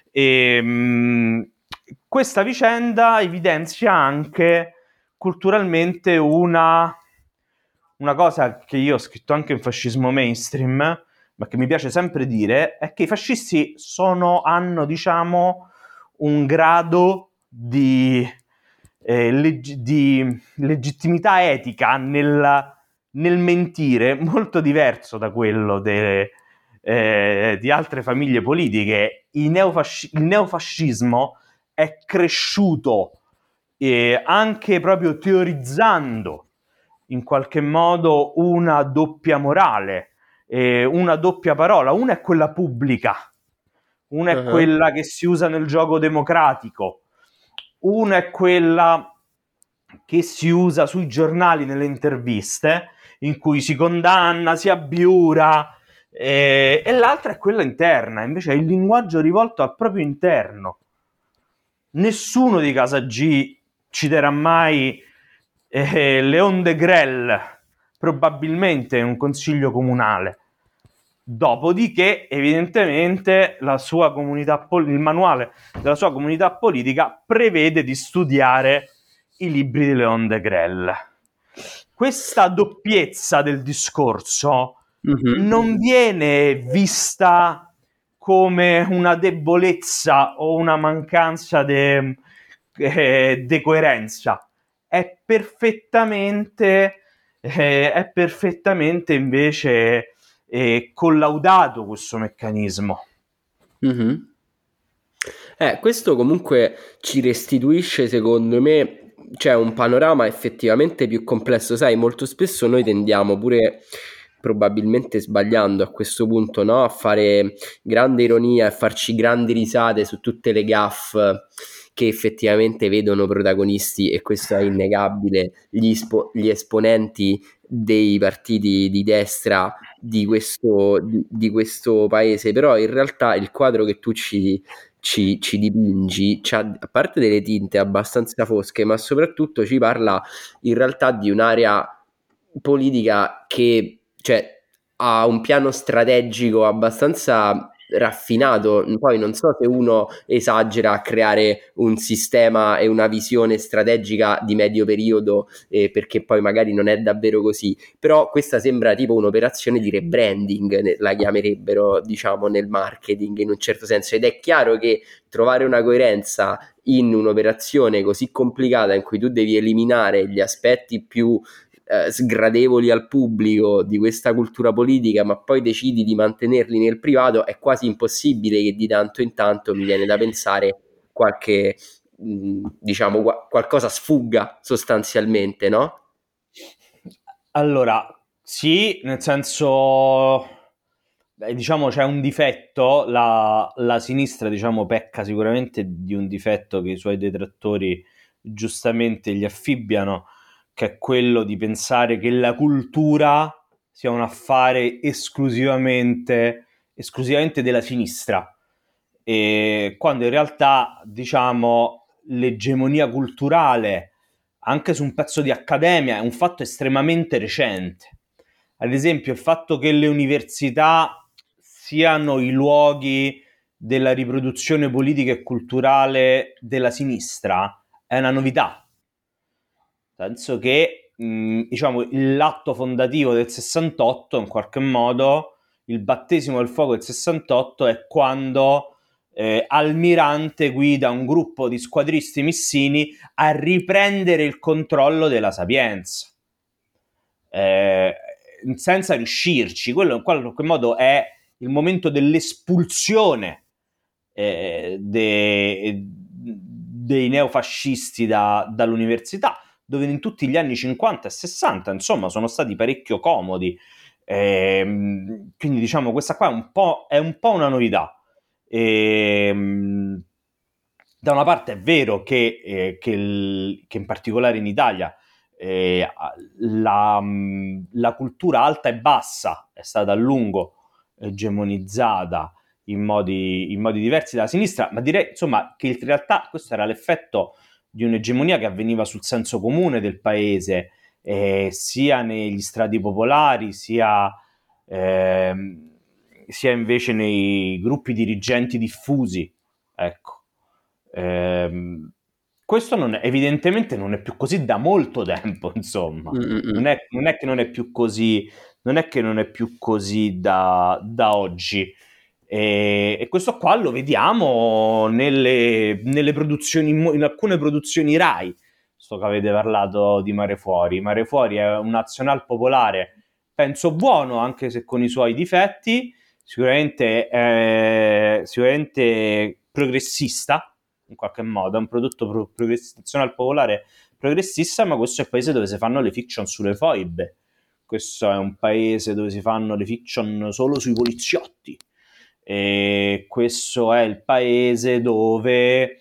Questa vicenda evidenzia anche culturalmente una cosa che io ho scritto anche in Fascismo Mainstream, ma che mi piace sempre dire, è che i fascisti hanno diciamo un grado di legittimità etica nel mentire molto diverso da quello di altre famiglie politiche. Il neofascismo è cresciuto anche proprio teorizzando in qualche modo una doppia morale, una doppia parola. Una è quella pubblica, una è quella che si usa nel gioco democratico, una è quella che si usa sui giornali nelle interviste, in cui si condanna, si abbiura, e l'altra è quella interna, invece è il linguaggio rivolto al proprio interno. Nessuno di Casa G citerà mai Léon Degrelle, probabilmente in un consiglio comunale. Dopodiché, evidentemente, il manuale della sua comunità politica prevede di studiare i libri di Léon Degrelle. Questa doppiezza del discorso non viene vista come una debolezza o una mancanza di coerenza. È perfettamente invece collaudato questo meccanismo. Questo comunque ci restituisce, secondo me, un panorama effettivamente più complesso. Sai, molto spesso noi tendiamo pure, probabilmente sbagliando a questo punto, no, a fare grande ironia e farci grandi risate su tutte le gaffe che effettivamente vedono protagonisti, e questo è innegabile, gli esponenti dei partiti di destra di questo paese. Però in realtà il quadro che tu ci dipingi c'ha, a parte delle tinte abbastanza fosche, ma soprattutto ci parla in realtà di un'area politica che ha un piano strategico abbastanza raffinato. Poi non so se uno esagera a creare un sistema e una visione strategica di medio periodo, perché poi magari non è davvero così, però questa sembra tipo un'operazione di rebranding, la chiamerebbero, diciamo, nel marketing in un certo senso, ed è chiaro che trovare una coerenza in un'operazione così complicata in cui tu devi eliminare gli aspetti più sgradevoli al pubblico di questa cultura politica, ma poi decidi di mantenerli nel privato, è quasi impossibile che di tanto in tanto, mi viene da pensare, qualche diciamo qualcosa sfugga sostanzialmente, no? Allora, sì, nel senso, diciamo c'è un difetto, la sinistra diciamo pecca sicuramente di un difetto che i suoi detrattori giustamente gli affibbiano, che è quello di pensare che la cultura sia un affare esclusivamente della sinistra, e quando in realtà diciamo l'egemonia culturale anche su un pezzo di accademia è un fatto estremamente recente. Ad esempio, il fatto che le università siano i luoghi della riproduzione politica e culturale della sinistra è una novità. Penso che diciamo, l'atto fondativo del 68, in qualche modo, il battesimo del fuoco del 68 è quando Almirante guida un gruppo di squadristi missini a riprendere il controllo della Sapienza, senza riuscirci. Quello in qualche modo è il momento dell'espulsione dei neofascisti dall'università, dove in tutti gli anni 50 e 60 insomma sono stati parecchio comodi, quindi diciamo questa qua è un po' una novità. Da una parte è vero che in particolare in Italia la cultura alta e bassa è stata a lungo egemonizzata in modi diversi dalla sinistra, ma direi insomma che in realtà questo era l'effetto di un'egemonia che avveniva sul senso comune del paese, sia negli strati popolari sia invece nei gruppi dirigenti diffusi, ecco. Questo evidentemente non è più così da molto tempo, insomma. Non è che non è più così, non è che non è più così da oggi. E questo qua lo vediamo nelle produzioni, in alcune produzioni Rai. Sto che avete parlato di Mare Fuori. Mare Fuori è un nazional popolare, penso buono, anche se con i suoi difetti, sicuramente progressista, in qualche modo, è un prodotto nazional popolare progressista, ma questo è il paese dove si fanno le fiction sulle foibe. Questo è un paese dove si fanno le fiction solo sui poliziotti. E questo è il paese dove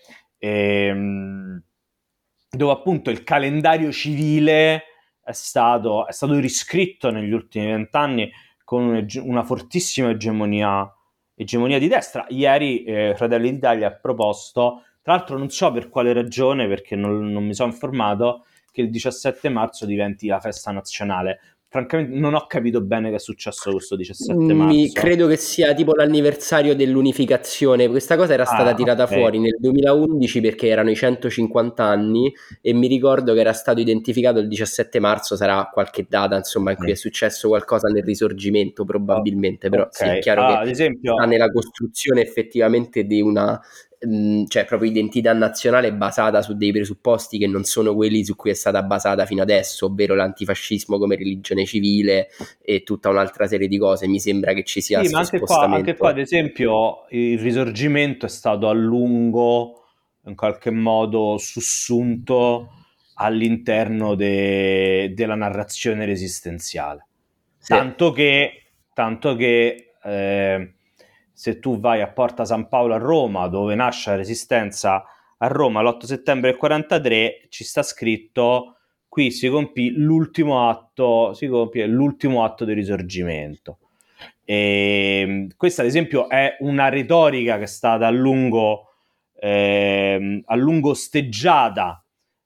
appunto il calendario civile è stato riscritto negli ultimi 20 anni con una fortissima egemonia di destra. Ieri Fratelli d'Italia ha proposto, tra l'altro non so per quale ragione, perché non mi sono informato, che il 17 marzo diventi la festa nazionale. Francamente non ho capito bene che è successo questo 17 marzo. Credo che sia tipo l'anniversario dell'unificazione. Questa cosa era stata tirata fuori nel 2011 perché erano i 150 anni e mi ricordo che era stato identificato il 17 marzo, sarà qualche data insomma in cui è successo qualcosa nel Risorgimento probabilmente, però sì, è chiaro che ad esempio, sta nella costruzione effettivamente di una cioè proprio identità nazionale basata su dei presupposti che non sono quelli su cui è stata basata fino adesso, ovvero l'antifascismo come religione civile e tutta un'altra serie di cose. Mi sembra che ci sia ma anche qua ad esempio il Risorgimento è stato a lungo in qualche modo sussunto all'interno della narrazione resistenziale, sì. tanto che se tu vai a Porta San Paolo a Roma, dove nasce la Resistenza a Roma l'8 settembre del 43, ci sta scritto: qui si compì l'ultimo atto del Risorgimento. E questa ad esempio è una retorica che è stata a lungo osteggiata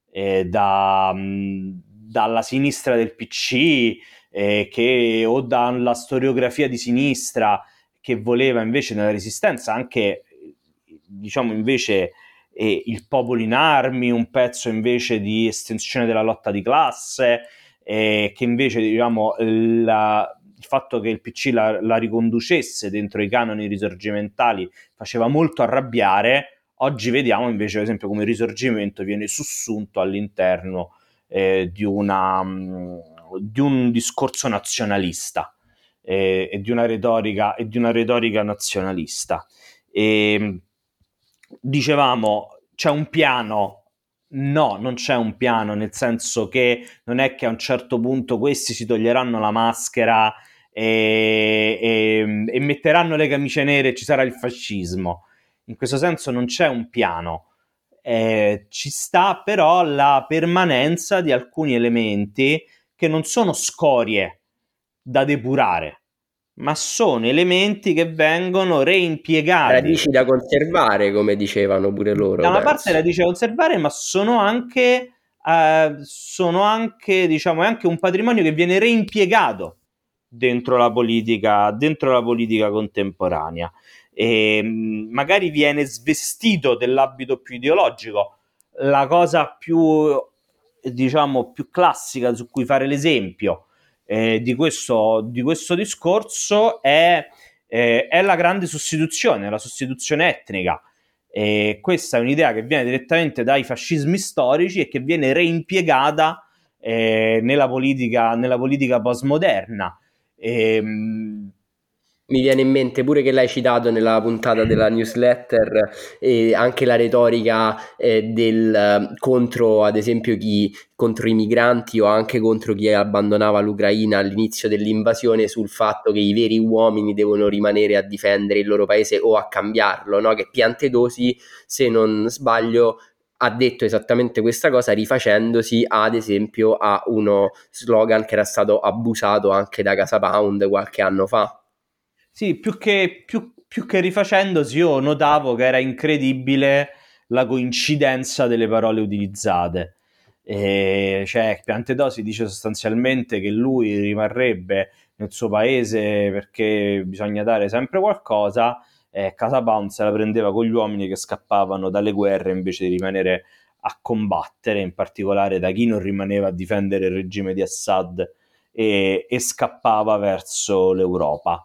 dalla sinistra del PC, o dalla storiografia di sinistra, che voleva invece nella Resistenza anche, diciamo, invece il popolo in armi, un pezzo invece di estensione della lotta di classe, che invece, diciamo, il fatto che il PC la riconducesse dentro i canoni risorgimentali faceva molto arrabbiare. Oggi vediamo invece, ad esempio, come il Risorgimento viene sussunto all'interno di una di un discorso nazionalista e di una retorica nazionalista. E dicevamo, c'è un piano? No, non c'è un piano, nel senso che non è che a un certo punto questi si toglieranno la maschera e metteranno le camicie nere e ci sarà il fascismo. In questo senso non c'è un piano. Ci sta però la permanenza di alcuni elementi che non sono scorie da depurare, ma sono elementi che vengono reimpiegati. Radici da conservare, come dicevano pure loro. Da una penso. parte radici da conservare, ma sono anche diciamo, è anche un patrimonio che viene reimpiegato dentro la politica contemporanea. E magari viene svestito dell'abito più ideologico. La cosa più, diciamo, più classica su cui fare l'esempio di questo discorso è la grande sostituzione, la sostituzione etnica. E questa è un'idea che viene direttamente dai fascismi storici e che viene reimpiegata nella politica postmoderna. Mi viene in mente pure che l'hai citato nella puntata della newsletter, e anche la retorica del contro, ad esempio, contro i migranti o anche contro chi abbandonava l'Ucraina all'inizio dell'invasione, sul fatto che i veri uomini devono rimanere a difendere il loro paese o a cambiarlo, no? Che Piantedosi, se non sbaglio, ha detto esattamente questa cosa rifacendosi ad esempio a uno slogan che era stato abusato anche da Casa Pound qualche anno fa. Sì, più che rifacendosi, io notavo che era incredibile la coincidenza delle parole utilizzate. Cioè, Piantedosi dice sostanzialmente che lui rimarrebbe nel suo paese perché bisogna dare sempre qualcosa, Casa Pound se la prendeva con gli uomini che scappavano dalle guerre invece di rimanere a combattere, in particolare da chi non rimaneva a difendere il regime di Assad e scappava verso l'Europa.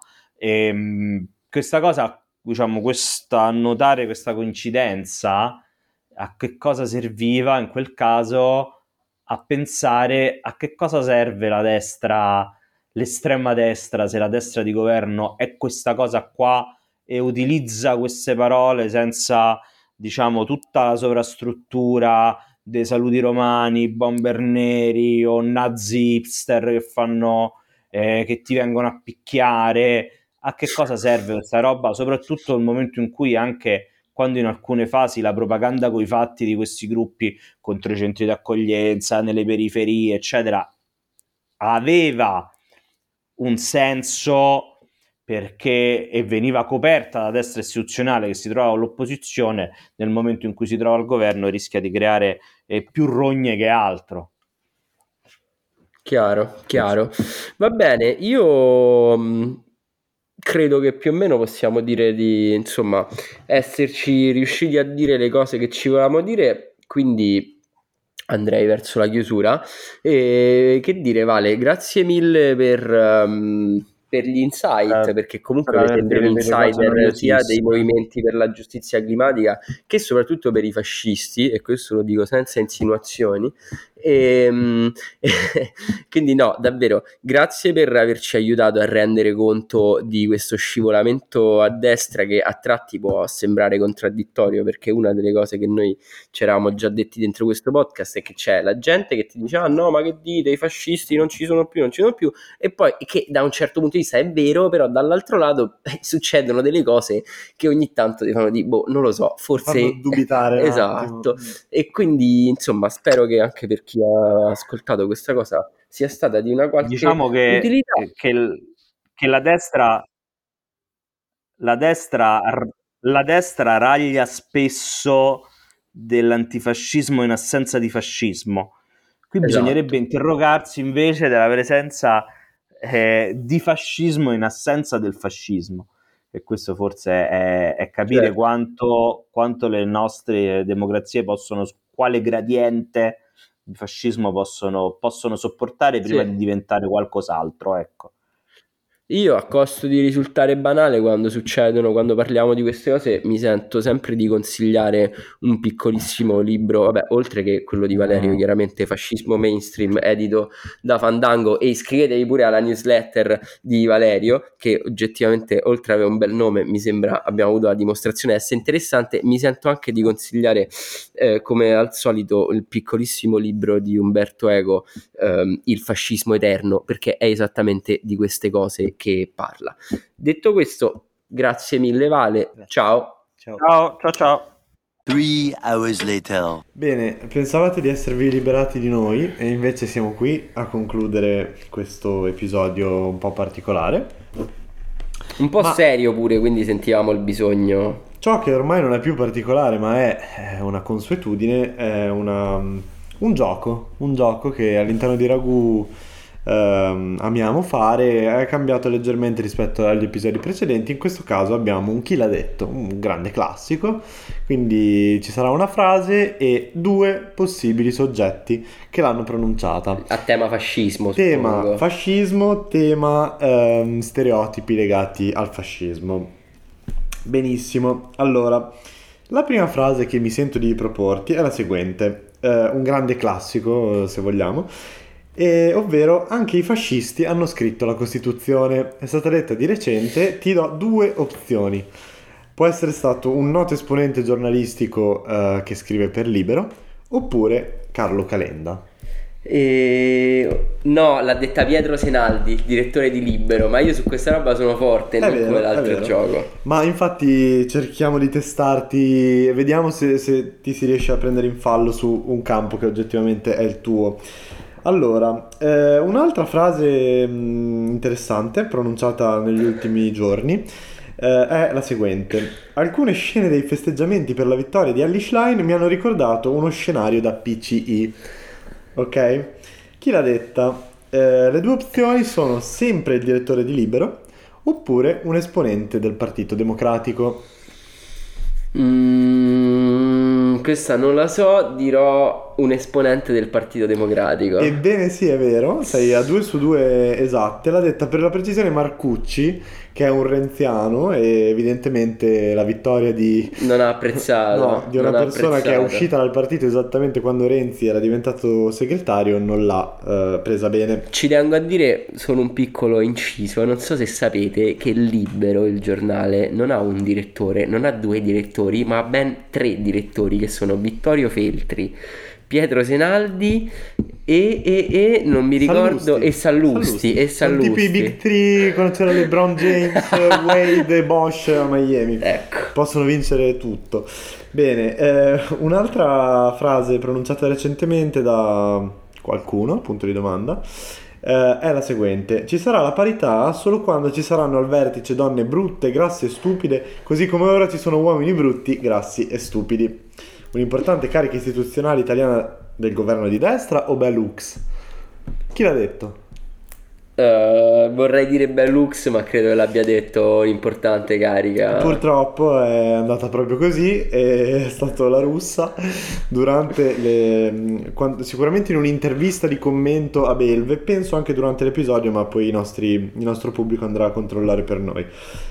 Questa cosa, diciamo, notare questa coincidenza, a che cosa serviva in quel caso? A pensare a che cosa serve la destra, l'estrema destra, se la destra di governo è questa cosa qua e utilizza queste parole senza, diciamo, tutta la sovrastruttura dei saluti romani, bomber neri o nazi hipster che fanno che ti vengono a picchiare. A che cosa serve questa roba? Soprattutto nel momento in cui, anche quando in alcune fasi la propaganda coi fatti di questi gruppi contro i centri d'accoglienza, nelle periferie, eccetera, aveva un senso perché veniva coperta da destra istituzionale che si trova all'opposizione, nel momento in cui si trova al governo rischia di creare più rogne che altro. Chiaro. Va bene, io credo che più o meno possiamo dire di, insomma, esserci riusciti a dire le cose che ci volevamo dire, quindi andrei verso la chiusura. E che dire, Vale, grazie mille per gli insight, perché comunque mi sembri un insider sia dei movimenti per la giustizia climatica che soprattutto per i fascisti, e questo lo dico senza insinuazioni. Quindi no, davvero grazie per averci aiutato a rendere conto di questo scivolamento a destra che a tratti può sembrare contraddittorio, perché una delle cose che noi ci eravamo già detti dentro questo podcast è che c'è la gente che ti dice ah no, ma che dite, i fascisti non ci sono più, e poi che da un certo punto di vista è vero, però dall'altro lato succedono delle cose che ogni tanto ti fanno di non lo so, forse fanno dubitare. esatto. E quindi insomma spero che anche per chi ha ascoltato questa cosa sia stata di una qualche utilità. Che la destra raglia spesso dell'antifascismo in assenza di fascismo. Qui bisognerebbe interrogarsi invece della presenza di fascismo in assenza del fascismo, e questo forse è capire quanto le nostre democrazie possono, quale gradiente di fascismo possono sopportare prima di diventare qualcos'altro, ecco. Io, a costo di risultare banale, quando parliamo di queste cose, mi sento sempre di consigliare un piccolissimo libro, vabbè, oltre che quello di Valerio, chiaramente Fascismo Mainstream, edito da Fandango, e iscrivetevi pure alla newsletter di Valerio, che oggettivamente, oltre ad avere un bel nome, mi sembra, abbiamo avuto la dimostrazione di essere interessante. Mi sento anche di consigliare, come al solito, il piccolissimo libro di Umberto Eco, Il fascismo eterno, perché è esattamente di queste cose che parla. Detto questo, grazie mille Vale, ciao. Ciao. 3 hours later. Bene, pensavate di esservi liberati di noi e invece siamo qui a concludere questo episodio un po' particolare. Un po' serio pure, quindi sentivamo il bisogno. Ciò che ormai non è più particolare, ma è una consuetudine, è un gioco che all'interno di Ragù amiamo fare. È cambiato leggermente rispetto agli episodi precedenti. In questo caso abbiamo un chi l'ha detto, un grande classico, quindi ci sarà una frase e 2 possibili soggetti che l'hanno pronunciata a tema fascismo, tema suppongo. fascismo, tema stereotipi legati al fascismo. Benissimo, allora la prima frase che mi sento di proporti è la seguente, un grande classico, se vogliamo, ovvero: anche i fascisti hanno scritto la Costituzione. È stata detta di recente. Ti do 2 opzioni. Può essere stato un noto esponente giornalistico che scrive per Libero, oppure Carlo Calenda. No, l'ha detta Pietro Senaldi, direttore di Libero, ma io su questa roba sono forte, non come l'altro gioco. Ma infatti cerchiamo di testarti, vediamo se ti si riesce a prendere in fallo su un campo che oggettivamente è il tuo. Allora, un'altra frase interessante pronunciata negli ultimi giorni è la seguente: alcune scene dei festeggiamenti per la vittoria di Elly Schlein mi hanno ricordato uno scenario da PCI. Ok? Chi l'ha detta? Le 2 opzioni sono sempre il direttore di Libero oppure un esponente del Partito Democratico. Questa non la so, dirò un esponente del Partito Democratico. Ebbene sì, è vero, sei a 2 su 2 esatte. L'ha detta per la precisione Marcucci, che è un renziano, e evidentemente la vittoria non ha apprezzato. di una persona che è uscita dal partito esattamente quando Renzi era diventato segretario, non l'ha presa bene. Ci tengo a dire solo un piccolo inciso: non so se sapete che Libero, il giornale, non ha un direttore, non ha 2 direttori, ma ha ben 3 direttori, che sono Vittorio Feltri, Pietro Senaldi e non mi ricordo, Sallusti. Sono tipo i Big Three quando c'era LeBron James, Wade e Bosch a Miami. Ecco. Possono vincere tutto. Bene, un'altra frase pronunciata recentemente da qualcuno, punto di domanda, è la seguente: ci sarà la parità solo quando ci saranno al vertice donne brutte, grasse e stupide, così come ora ci sono uomini brutti, grassi e stupidi. Un'importante carica istituzionale italiana del governo di destra o Belux? Chi l'ha detto? Vorrei dire Belux, ma credo che l'abbia detto un'importante carica. Purtroppo è andata proprio così, è stato la russa durante sicuramente in un'intervista di commento a Belve, penso anche durante l'episodio, ma poi il nostro pubblico andrà a controllare per noi.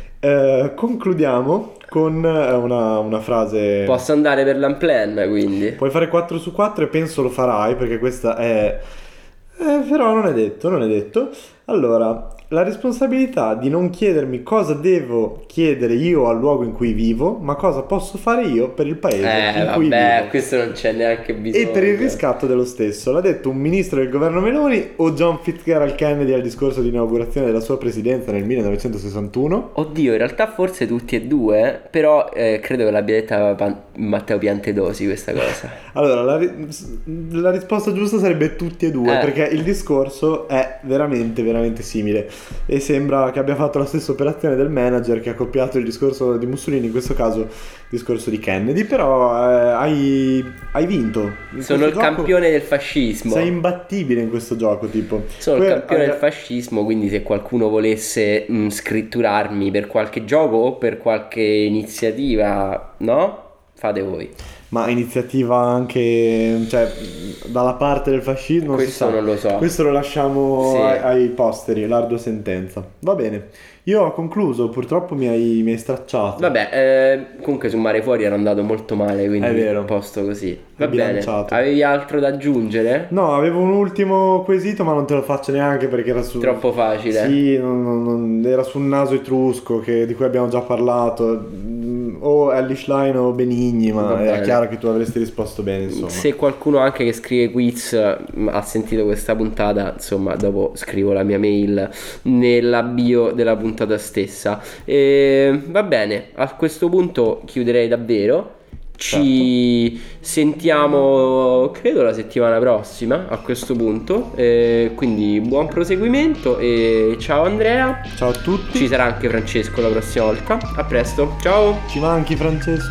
Concludiamo con una frase. Posso andare per l'unplan, quindi? Puoi fare 4 su 4 e penso lo farai, perché questa è... però non è detto. Allora, la responsabilità di non chiedermi cosa devo chiedere io al luogo in cui vivo, ma cosa posso fare io per il paese in cui vivo. Questo non c'è neanche bisogno. E per il riscatto dello stesso. L'ha detto un ministro del governo Meloni o John Fitzgerald Kennedy al discorso di inaugurazione della sua presidenza nel 1961? Oddio, in realtà forse tutti e 2, però credo che l'abbia detta Matteo Piantedosi questa cosa. Allora, la risposta giusta sarebbe tutti e 2, perché il discorso è veramente simile e sembra che abbia fatto la stessa operazione del manager che ha copiato il discorso di Mussolini, in questo caso il discorso di Kennedy. Però hai vinto. Sono il campione del fascismo. Sei imbattibile in questo gioco, tipo. Sono il campione del fascismo, quindi se qualcuno volesse scritturarmi per qualche gioco o per qualche iniziativa, no? Fate voi. ma iniziativa anche, cioè, dalla parte del fascismo, Questo non lo so. Questo lo lasciamo Sì. ai posteri, l'ardua sentenza. Va bene, io ho concluso, purtroppo mi hai stracciato. Vabbè, comunque su Mare Fuori era andato molto male, quindi È vero. posto così. Va È bene. bilanciato. Avevi altro da aggiungere? No, avevo un ultimo quesito, ma non te lo faccio neanche perché era su... Troppo facile. Sì, era sul naso etrusco di cui abbiamo già parlato. O Ellis Line o Benigni, ma Va era bene. chiaro che tu avresti risposto bene, insomma. Se qualcuno anche che scrive quiz ha sentito questa puntata, insomma, dopo scrivo la mia mail nella bio della puntata stessa. Va bene, a questo punto chiuderei davvero. Ci sentiamo credo la settimana prossima a questo punto, quindi buon proseguimento e ciao Andrea. Ciao a tutti. Ci sarà anche Francesco la prossima volta. A presto, ciao. Ci manchi, Francesco.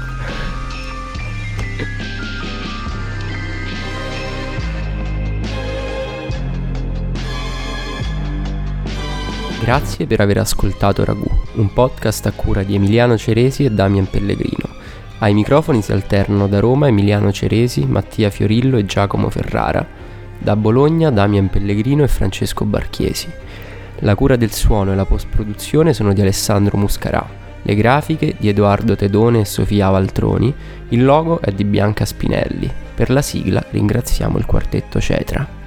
Grazie per aver ascoltato Ragù, un podcast a cura di Emiliano Ceresi e Damian Pellegrino. Ai microfoni si alternano da Roma Emiliano Ceresi, Mattia Fiorillo e Giacomo Ferrara. Da Bologna Damian Pellegrino e Francesco Barchiesi. La cura del suono e la post-produzione sono di Alessandro Muscarà. Le grafiche di Edoardo Tedone e Sofia Valtroni. Il logo è di Bianca Spinelli. Per la sigla ringraziamo il quartetto Cetra.